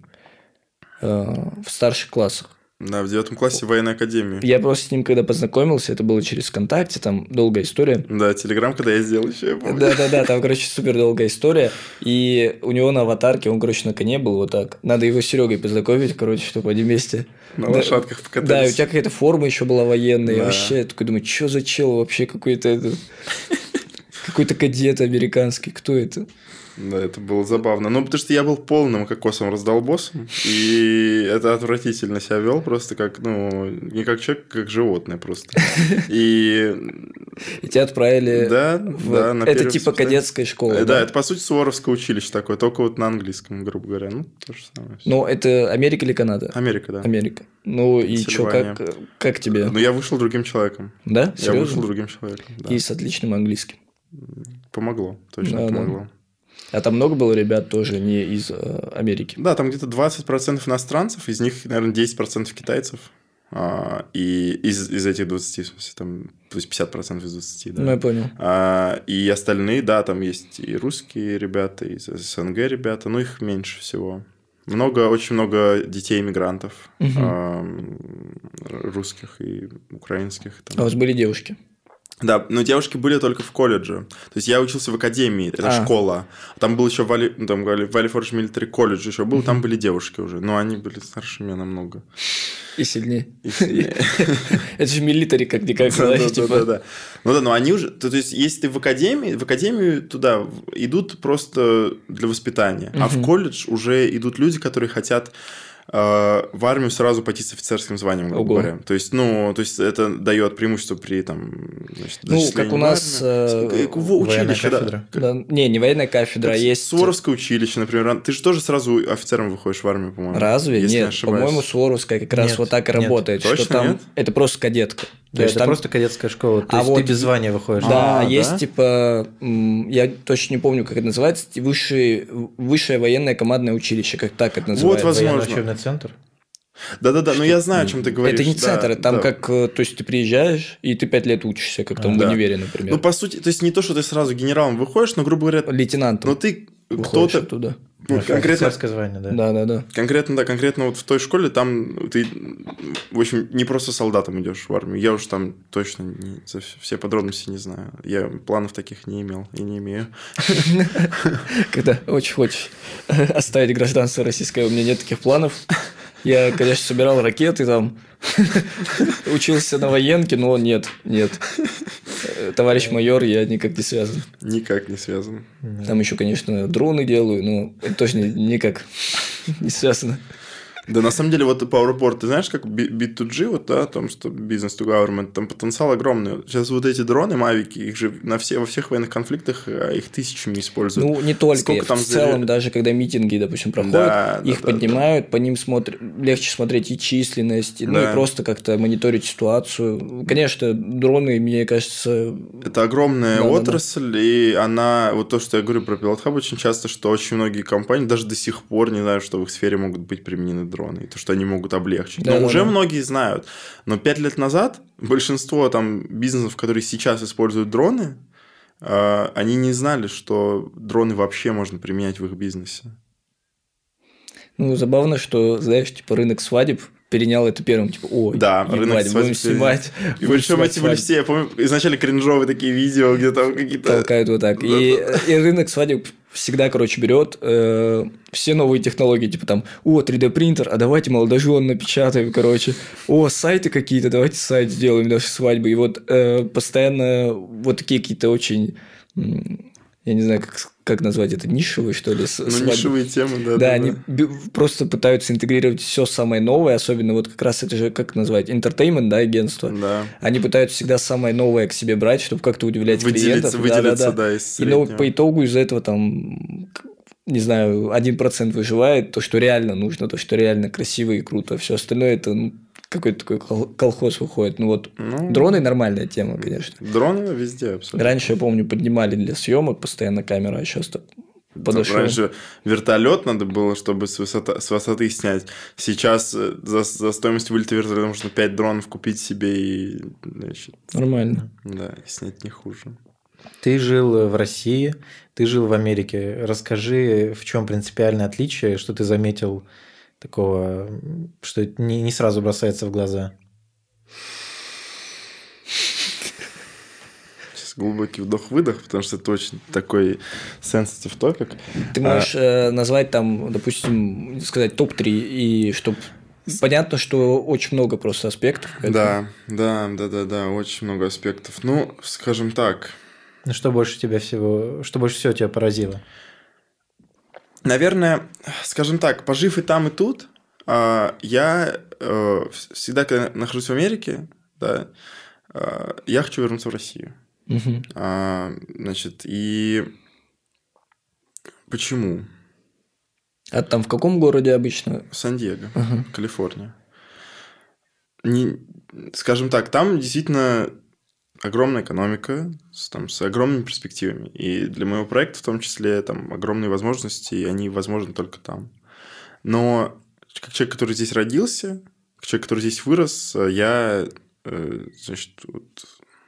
в старших классах. Да, в девятом классе в военной академии. Я просто с ним когда познакомился, это было через ВКонтакте, там долгая история. Да, Телеграм, когда я сделал еще, я помню. Да-да-да, там, короче, супер долгая история. И у него на аватарке, он, короче, на коне был вот так. Надо его с Серегой познакомить, короче, чтобы они вместе... На да, лошадках покатались. Да, и у тебя какая-то форма еще была военная. Да. Вообще, я такой думаю, что за чел вообще какой-то... Это... Какой-то кадет американский, кто это? Да, это было забавно. Ну, потому что я был полным кокосом раздолбосом, и это отвратительно себя вел просто как, ну, не как человек, как животное просто. И, и тебя отправили да, в... да, на это типа кадетская школа, да? Да, это, по сути, Суворовское училище такое, только вот на английском, грубо говоря. Ну, то же самое. Ну, это Америка или Канада? Америка, да. Америка. Ну, и что, как, как тебе? Ну, я вышел другим человеком. Да? Серьезно? Я вышел другим человеком, да. И с отличным английским. Помогло, точно да, помогло. Да. А там много было ребят тоже не из э, Америки? Да, там где-то двадцать процентов иностранцев, из них, наверное, десять процентов китайцев. А, и из, из этих двадцати, в смысле, там, то есть пятьдесят процентов из двадцати, да. Ну, я понял. А, и остальные, да, там есть и русские ребята, и из СНГ ребята, но их меньше всего. Много, очень много детей-иммигрантов, угу. а, русских и украинских. Там. А у вас были девушки? Да, но девушки были только в колледже. То есть я учился в академии, это а. школа. Там был еще Вали, там Valley Forge Military колледж еще был, там были девушки уже, но они были старше меня намного. И сильнее. И сильнее. Это же милитари, как-никак, знаешь, типа. Да, да. Ну да, но они уже... То есть, если ты в академии, в академию туда идут просто для воспитания, а в колледж уже идут люди, которые хотят... в армию сразу пойти с офицерским званием, грубо говоря. То есть, ну, то есть, это дает преимущество при там, значит, ну, как у нас э... училище, да. да. Не, не военная кафедра, а есть... Суворовское училище, например. Ты же тоже сразу офицером выходишь в армию, по-моему. Разве? Если нет, не по-моему, Суворовская как раз нет, вот так и нет. работает. Точно что там нет? это просто кадетка. Да, это там... просто кадетская школа. То а есть вот... ты без звания выходишь. Да, а, есть да? типа, я точно не помню, как это называется, высшее, высшее военное командное училище, как так это называется. Вот, возможно. Военный учебный центр. Да-да-да, но я знаю, о чем ты говоришь. Это не центр, да, там да. как, то есть ты приезжаешь, и ты пять лет учишься, как там да. в универе, например. Ну, по сути, то есть не то, что ты сразу генералом выходишь, но, грубо говоря... Лейтенантом. Но ты кто-то... Оттуда. Ну, конкретно, звание, да. Да, да, да. Конкретно, да, конкретно вот в той школе там ты, в общем, не просто солдатом идешь в армию. Я уж там точно не, все подробности не знаю. Я планов таких не имел и не имею. Когда очень хочешь оставить гражданство российское, у меня нет таких планов. Я, конечно, собирал ракеты там, учился на военке, но нет, нет. Товарищ майор, я никак не связан. Никак не связан. Там еще, конечно, дроны делаю, но это точно никак не связано. Да, на самом деле, вот PowerPoint, ты знаешь, как би ту джи, вот, да, о том, что business to government, там потенциал огромный. Сейчас вот эти дроны, мавики, их же на все, во всех военных конфликтах их тысячами используют. Ну, не только. Сколько в там целом, за... даже когда митинги, допустим, проходят, да, их да, поднимают, да. по ним смотрят, легче смотреть и численность, да. ну, и просто как-то мониторить ситуацию. Конечно, дроны, мне кажется... Это огромная да, отрасль, да, да. и она, вот то, что я говорю про Pilot Hub, очень часто, что очень многие компании даже до сих пор не знают, что в их сфере могут быть применены дроны, и то, что они могут могут облегчить. Да, но да, уже да. многие знают. Но пять лет назад большинство там бизнесов, которые сейчас используют дроны, э, они не знали, что дроны вообще можно применять в их бизнесе. Ну, забавно, что, знаешь, типа рынок свадеб перенял это первым, типа, о, да, ебать, рынок будем свадеб снимать. И причем эти были все, я помню, изначально кринжовые такие видео, где там какие-то... Толкают вот так. И, и рынок свадеб всегда, короче, берет э, все новые технологии, типа там, о, три дэ принтер, а давайте молодожен напечатаем, короче, о, сайты какие-то, давайте сайт сделаем нашей свадьбы. И вот э, постоянно вот такие какие-то очень... Я не знаю, как, как назвать это, нишевые, что ли? Ну, нишевые темы, да. Да, да они да. просто пытаются интегрировать все самое новое, особенно вот как раз это же, как назвать, entertainment, да, агентство. Да. Они пытаются всегда самое новое к себе брать, чтобы как-то удивлять выделиться, клиентов. Выделиться, да, да, да. да, из среднего. И ну, по итогу из этого там, не знаю, один процент выживает, то, что реально нужно, то, что реально красиво и круто. Все остальное это... Ну, какой-то такой колхоз выходит. Ну вот, ну, дроны нормальная тема, конечно. Дроны везде абсолютно. Раньше, я помню, поднимали для съемок постоянно камеру, а сейчас так подошел. Раньше вертолет надо было, чтобы с высоты, с высоты снять. Сейчас за, за стоимость вылета вертолета можно пять дронов купить себе и... Значит, нормально. Да, и снять не хуже. Ты жил в России, ты жил в Америке. Расскажи, в чем принципиальное отличие, что ты заметил такого, что не, не сразу бросается в глаза? Сейчас глубокий вдох-выдох, потому что это очень такой sensitive topic. Ты можешь а... назвать там, допустим, сказать топ три, и чтобы... Понятно, что очень много просто аспектов. Поэтому... Да, да, да, да, да, очень много аспектов. Ну, скажем так. Ну, что больше тебя всего, что больше всего тебя поразило? Наверное, скажем так, пожив и там, и тут, я всегда, когда нахожусь в Америке, да, я хочу вернуться в Россию. Угу. Значит, и почему? А там в каком городе обычно? Сан-Диего, угу. Калифорния. Не, скажем так, там действительно... огромная экономика с, там, с огромными перспективами. И для моего проекта в том числе там огромные возможности, и они возможны только там. Но как человек, который здесь родился, как человек, который здесь вырос, я, значит, вот,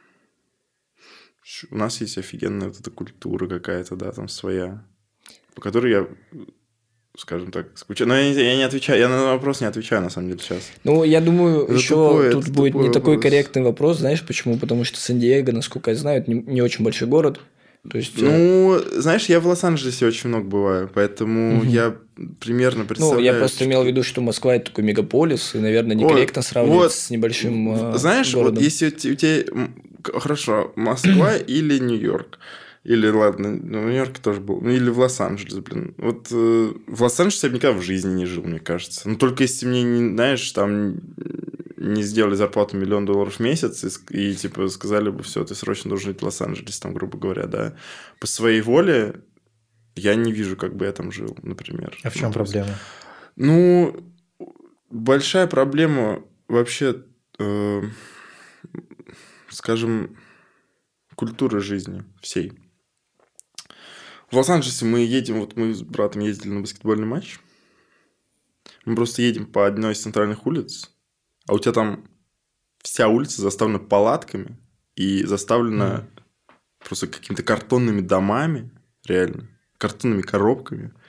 у нас есть офигенная вот эта культура какая-то, да, там своя, по которой я... скажем так, скучаю. Но я, я не отвечаю, я на вопрос не отвечаю, на самом деле, сейчас. Ну, я думаю, это еще тупой, тут будет не вопрос. Такой корректный вопрос, знаешь, почему? Потому что Сан-Диего, насколько я знаю, это не, не очень большой город. То есть, ну, э... знаешь, я в Лос-Анджелесе очень много бываю, поэтому угу. я примерно представляю... Ну, я просто что... имел в виду, что Москва – это такой мегаполис, и, наверное, некорректно вот, сравнивать вот, с небольшим знаешь, городом. вот если у тебя... Хорошо, Москва или Нью-Йорк. Или, ладно, ну, в Нью-Йорке тоже был. Ну, или в Лос-Анджелес, блин. Вот э, в Лос-Анджелесе я бы никогда в жизни не жил, мне кажется. Ну, только если мне, не, знаешь, там не сделали зарплату миллион долларов в месяц и, и, типа, сказали бы, все, ты срочно должен жить в Лос-Анджелесе, там, грубо говоря, да. По своей воле я не вижу, как бы я там жил, например. А в чем ну, проблема? Ну, большая проблема вообще, э, скажем, культуры жизни всей. В Лос-Анджелесе мы едем, вот мы с братом ездили на баскетбольный матч. Мы просто едем по одной из центральных улиц, а у тебя там вся улица заставлена палатками и заставлена mm. просто какими-то картонными домами, реально, картонными коробками.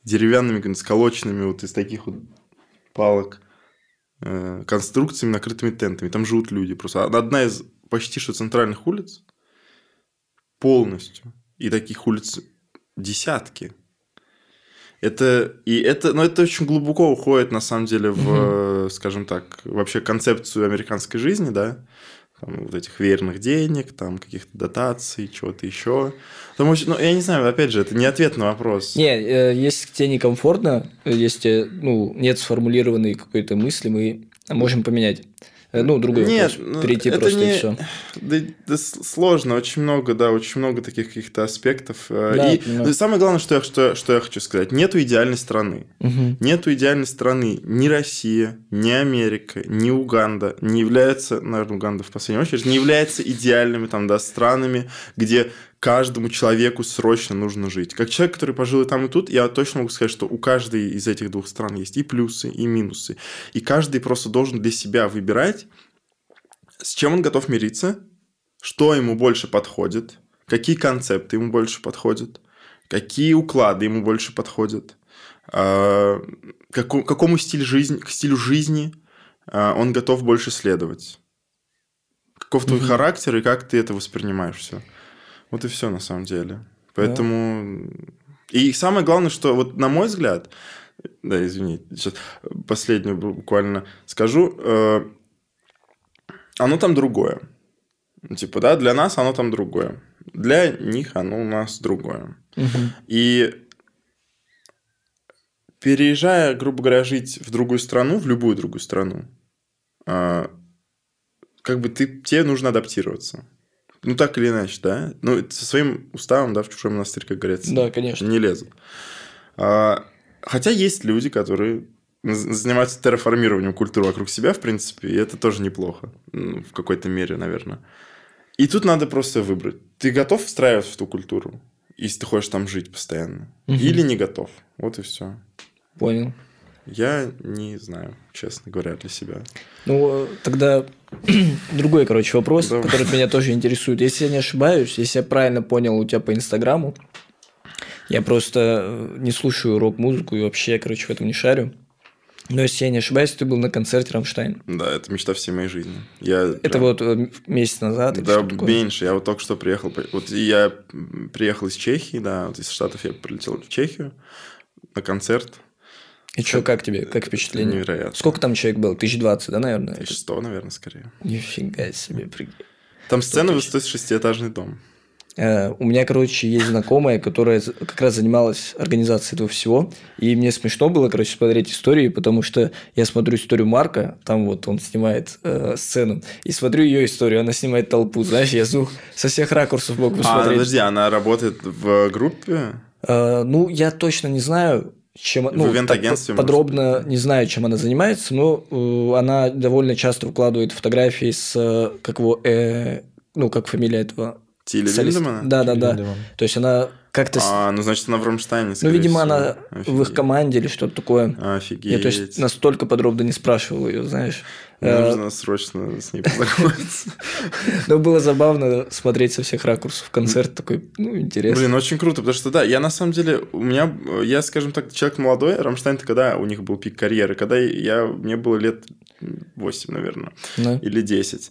деревянными, сколоченными вот из таких вот палок э, конструкциями, накрытыми тентами. Там живут люди. Просто одна из почти что центральных улиц полностью. И таких улиц десятки. Это, и это, ну, это очень глубоко уходит, на самом деле, в, mm-hmm. скажем так, вообще концепцию американской жизни, да, там, вот этих верных денег, там, каких-то дотаций, чего-то еще. Потому что, ну, я не знаю, опять же, это не ответ на вопрос. Не, если тебе некомфортно, если, ну, нет сформулированной какой-то мысли, мы можем поменять. Ну, другой Нет, вопрос. Перейти просто не... и все. Да, да сложно, очень много, да, очень много таких каких-то аспектов. Да, и ну, самое главное, что я, что, что я хочу сказать, нету идеальной страны. Угу. Нету идеальной страны. Ни Россия, ни Америка, ни Уганда не являются, наверное, Уганда в последнюю очередь, не являются идеальными там, да, странами, где каждому человеку срочно нужно жить. Как человек, который пожил и там, и тут, я точно могу сказать, что у каждой из этих двух стран есть и плюсы, и минусы. И каждый просто должен для себя выбирать, с чем он готов мириться, что ему больше подходит, какие концепты ему больше подходят, какие уклады ему больше подходят, какому стилю жизни, к стилю жизни он готов больше следовать. Каков твой mm-hmm. характер и как ты это воспринимаешь все. Вот и все на самом деле. Поэтому... Yeah. И самое главное, что вот на мой взгляд... Да, извини, сейчас последнюю буквально скажу. Э, оно там другое. Типа, да, для нас оно там другое. Для них оно у нас другое. Uh-huh. И переезжая, грубо говоря, жить в другую страну, в любую другую страну, э, как бы ты, тебе нужно адаптироваться. Ну, так или иначе, да? Ну, со своим уставом, да, в чужой монастырь, как говорится. Да, конечно. Не лезут. А, хотя есть люди, которые занимаются терраформированием культуры вокруг себя, в принципе, и это тоже неплохо. Ну, в какой-то мере, наверное. И тут надо просто выбрать. Ты готов встраиваться в ту культуру, если ты хочешь там жить постоянно? Угу. Или не готов? Вот и все. Понял. Я не знаю, честно говоря, для себя. Ну, тогда другой, короче, вопрос, Давай. который меня тоже интересует. Если я не ошибаюсь, если я правильно понял у тебя по Инстаграму, я просто не слушаю рок-музыку и вообще, короче, в этом не шарю. Но если я не ошибаюсь, ты был на концерте «Рамштайн». Да, это мечта всей моей жизни. Я это прям... вот месяц назад? Да, меньше. Я вот только что приехал. Вот я приехал из Чехии, да, вот из Штатов я прилетел в Чехию на концерт. И что, как тебе, как впечатление? Невероятно. Сколько там человек было? тысяча двадцать, да, наверное? тысяча сто, наверное, скорее. Нифига себе, прикинь. Там сцена высотой шестиэтажный дом. Uh, у меня, короче, есть знакомая, которая как раз занималась организацией этого всего, и мне смешно было, короче, смотреть истории, потому что я смотрю историю Марка, там вот он снимает uh, сцену, и смотрю ее историю, она снимает толпу, знаешь, я звук со всех ракурсов мог посмотреть. А, подожди, она работает в группе? Uh, ну, я точно не знаю, чем, ну, так подробно не знаю, чем она занимается, но uh, она довольно часто выкладывает фотографии с, как его, э, ну, как фамилия этого... Тилли Линдемана? Да, да, да. То есть она как-то... А, ну, значит, она в «Рамштайне», Ну, видимо, всего. она Офигеть. в их команде или что-то такое. Офигеть. Я, то есть, настолько подробно не спрашивал ее, знаешь. Нужно а... срочно с ней познакомиться. Но было забавно смотреть со всех ракурсов концерт такой, ну, интересный. Блин, очень круто, потому что, да, я на самом деле, у меня, я, скажем так, человек молодой, «Рамштайн»-то когда у них был пик карьеры, когда я, мне было лет восемь, наверное, или десять.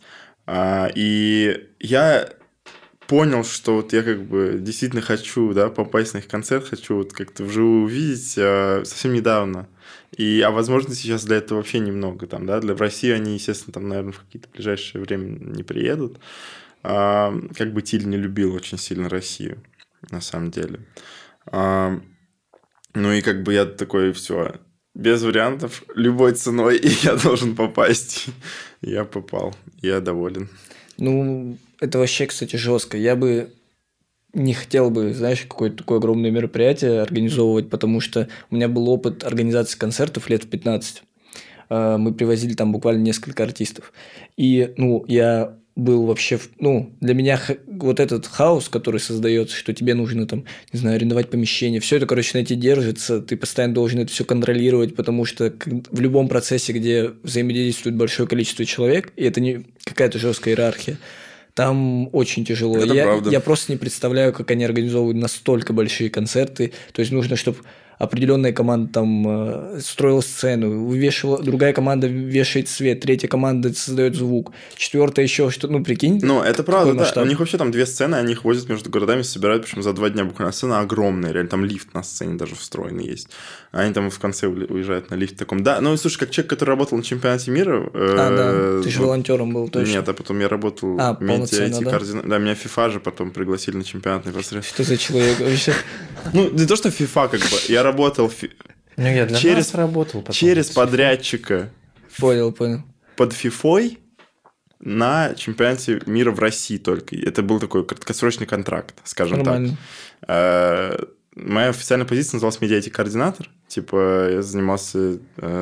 И я... понял, что вот я как бы действительно хочу, да, попасть на их концерт, хочу вот как-то вживую увидеть э, совсем недавно. И, а возможности сейчас для этого вообще немного. Там, да? Для, в России они, естественно, там, наверное, в какие-то ближайшее время не приедут. А, как бы Тиль не любил очень сильно Россию, на самом деле. А, ну и как бы я такой, все, без вариантов, любой ценой, и я должен попасть. Я попал, я доволен. Ну, это вообще, кстати, жестко. Я бы не хотел бы, знаешь, какое-то такое огромное мероприятие организовывать, потому что у меня был опыт организации концертов лет в пятнадцать. Мы привозили там буквально несколько артистов. И, ну, я был вообще... Ну, для меня вот этот хаос, который создается, что тебе нужно там, не знаю, арендовать помещение, все это, короче, на тебе держится, ты постоянно должен это все контролировать, потому что в любом процессе, где взаимодействует большое количество человек, и это не какая-то жесткая иерархия, там очень тяжело. Это я, правда. я просто не представляю, как они организовывают настолько большие концерты. То есть нужно, чтобы определенная команда там строила сцену, вывешивала, другая команда вешает свет, третья команда создает звук, четвертая еще что-то, ну, прикинь. Ну, это правда, да. У них вообще там две сцены, они их возят между городами, собирают, причем за два дня буквально. Сцена огромная, реально, там лифт на сцене даже встроенный есть. Они там в конце уезжают на лифте таком. Да, ну, слушай, как человек, который работал на чемпионате мира... А, да, ты же волонтером был, точно. Нет, а потом я работал а, в Менте ай ти да? координатор. Да, меня FIFA же потом пригласили на чемпионат непосредственно. Что за человек вообще? Ну, не то, что FIFA, как бы. Я работал ну, я для через, нас работал потом, через подрядчика. Понял, понял. Под FIFA на чемпионате мира в России только. Это был такой краткосрочный контракт, скажем Нормально. так. Моя официальная позиция называлась медиа ай ти координатор. Типа я занимался,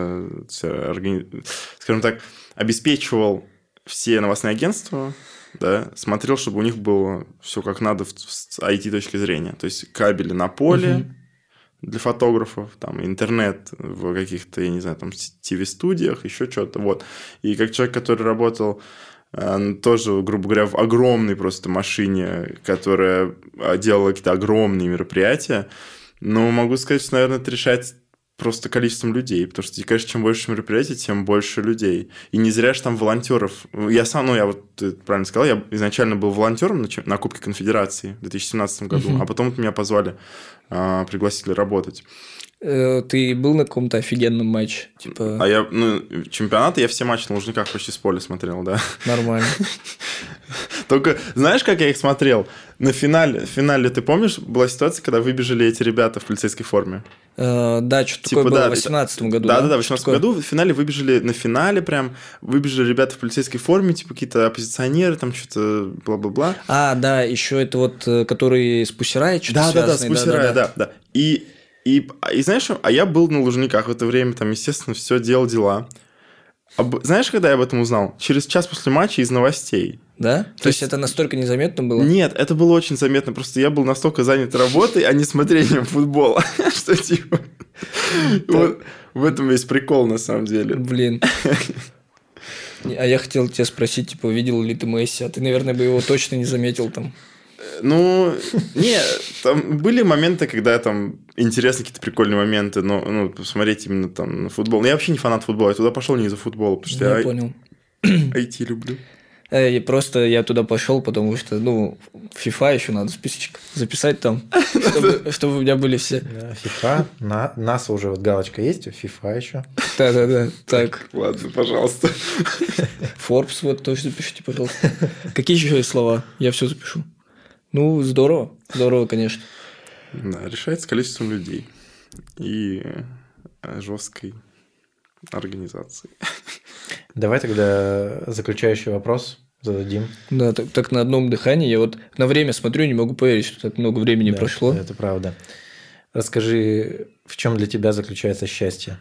скажем так, обеспечивал все новостные агентства, да, смотрел, чтобы у них было все как надо с ай ти точки зрения. То есть кабели на поле uh-huh. для фотографов, там интернет в каких-то, я не знаю, там ти ви-студиях, еще что-то. Вот. И как человек, который работал тоже, грубо говоря, в огромной просто машине, которая делала какие-то огромные мероприятия, но могу сказать, что, наверное, это решается просто количеством людей, потому что, конечно, чем больше мероприятий, тем больше людей. И не зря же там волонтеров. Я сам, ну, я вот ты правильно сказал, я изначально был волонтером на, на Кубке Конфедерации в две тысячи семнадцатом году, uh-huh. а потом вот меня позвали, пригласили работать. Ты был на каком-то офигенном матче? Типа... А я, ну, чемпионаты, я все матчи на Лужниках почти с поля смотрел, да. Нормально. Только знаешь, как я их смотрел? На финале, в финале, ты помнишь, была ситуация, когда выбежали эти ребята в полицейской форме? Uh, да, что-то типа, такое было да, в две тысячи восемнадцатом году. Да, да, да, в две тысячи восемнадцатом году в финале выбежали, на финале прям, выбежали ребята в полицейской форме, типа какие-то оппозиционеры, там что-то бла-бла-бла. А, да, еще это вот, которые с Пусирай что-то да, связанные. Да, да, с Пусирай, да, да, да. И, и, и знаешь, а я был на Лужниках в это время, там, естественно, все делал дела. Об... Знаешь, когда я об этом узнал? Через час после матча из новостей. Да? То, То есть это настолько незаметно было? Нет, это было очень заметно. Просто я был настолько занят работой, а не смотрением футбола, что типа... Вот в этом весь прикол, на самом деле. Блин. А я хотел тебя спросить, типа, видел ли ты Месси? А ты, наверное, бы его точно не заметил там. Ну, не, там были моменты, когда там интересные какие-то прикольные моменты, но ну, посмотреть именно там на футбол. Но я вообще не фанат футбола, я туда пошел не из-за футбола, потому что я, я понял. ай ти люблю. И просто я туда пошел, потому что, ну, FIFA еще надо списочек записать там, чтобы, чтобы у меня были все. Да, FIFA, на, НАСА уже вот галочка есть, FIFA еще. Да-да-да, так. Ладно, пожалуйста. Forbes вот тоже запишите, пожалуйста. Какие еще есть слова? Я все запишу. Ну, здорово, здорово, конечно. Да, решается количеством людей и жесткой организацией. Давай тогда заключающий вопрос зададим. Да, так, так на одном дыхании. Я вот на время смотрю, не могу поверить, что так много времени да, прошло. Это правда. Расскажи, в чем для тебя заключается счастье?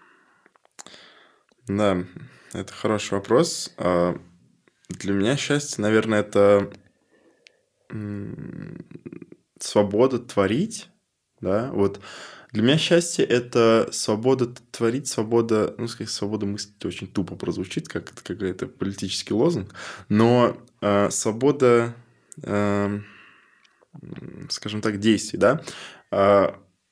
Да, это хороший вопрос. Для меня счастье, наверное, это свобода творить, да, вот. Для меня счастье – это свобода творить, свобода, ну, сказать, свобода мыслить очень тупо прозвучит, как это какой-то политический лозунг, но э, свобода, э, скажем так, действий, да, э,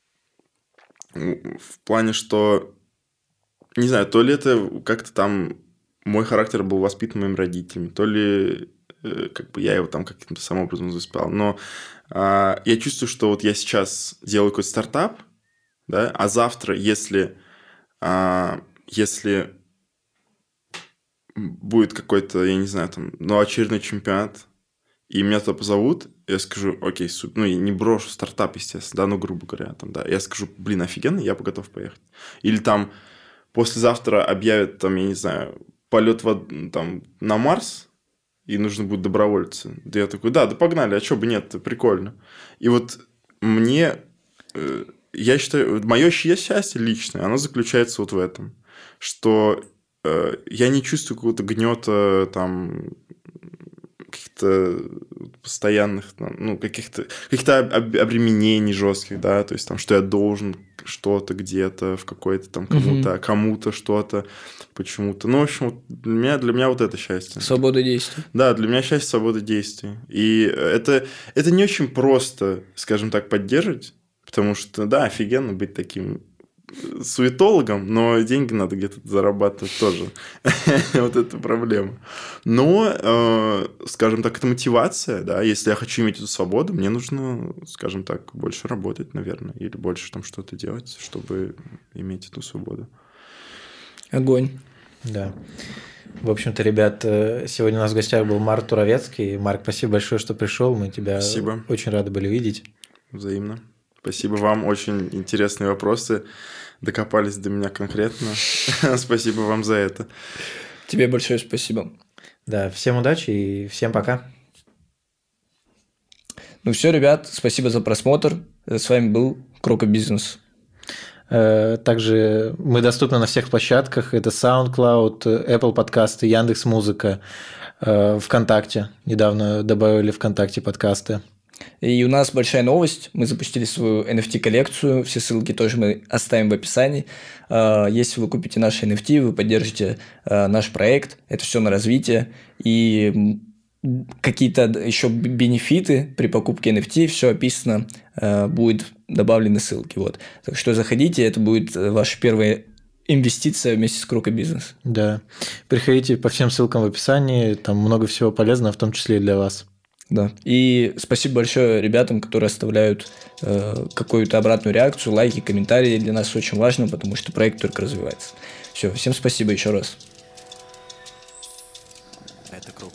в плане, что, не знаю, то ли это как-то там мой характер был воспитан моими родителями, то ли э, как бы я его там каким-то самым образом воспитал, но э, я чувствую, что вот я сейчас делаю какой-то стартап, да, а завтра, если, а, если будет какой-то, я не знаю, там, ну, очередной чемпионат, и меня туда позовут, я скажу, окей, супер, ну, я не брошу стартап, естественно, да, ну, грубо говоря, там, да, я скажу, блин, офигенно, я готов поехать. Или там послезавтра объявят, там, я не знаю, полет в, там, на Марс, и нужно будет добровольцы. Да я такой, да, да погнали, а что бы нет, прикольно. И вот мне... Я считаю, мое счастье личное, оно заключается вот в этом, что э, я не чувствую какого-то гнета, там, каких-то постоянных, там, ну, каких-то, каких-то обременений жестких, да, то есть, там, что я должен что-то где-то в какой-то там кому-то, mm-hmm. кому-то что-то, почему-то. Ну, в общем, вот для меня, для меня вот это счастье. Свобода действий. Да, для меня счастье – свобода действий. И это, это не очень просто, скажем так, поддерживать. Потому что, да, офигенно быть таким суетологом, но деньги надо где-то зарабатывать тоже. Вот это проблема. Но, скажем так, это мотивация, да, если я хочу иметь эту свободу, мне нужно, скажем так, больше работать, наверное, или больше там что-то делать, чтобы иметь эту свободу. Огонь. Да. В общем-то, ребят, сегодня у нас в гостях был Марк Туровецкий. Марк, спасибо большое, что пришел. Мы тебя спасибо. Очень рады были видеть. Взаимно. Спасибо вам. Очень интересные вопросы. Докопались до меня конкретно. Спасибо вам за это. Тебе большое спасибо. Да, всем удачи и всем пока. Ну все, ребят, спасибо за просмотр. С вами был Крока Бизнес. Также мы доступны на всех площадках. Это SoundCloud, Apple подкасты, Яндекс.Музыка, ВКонтакте. Недавно добавили ВКонтакте подкасты. И у нас большая новость. Мы запустили свою эн эф ти-коллекцию. Все ссылки тоже мы оставим в описании. Если вы купите наши эн эф ти, вы поддержите наш проект. Это все на развитие. И какие-то еще бенефиты при покупке эн эф ти, все описано, будет добавлены ссылки. Вот. Так что заходите, это будет ваша первая инвестиция вместе с Крока Бизнес. Да. Приходите по всем ссылкам в описании. Там много всего полезного, в том числе и для вас. Да. И спасибо большое ребятам, которые оставляют э, какую-то обратную реакцию, лайки, комментарии. Для нас очень важно, потому что проект только развивается. Все, всем спасибо еще раз. Это Крока.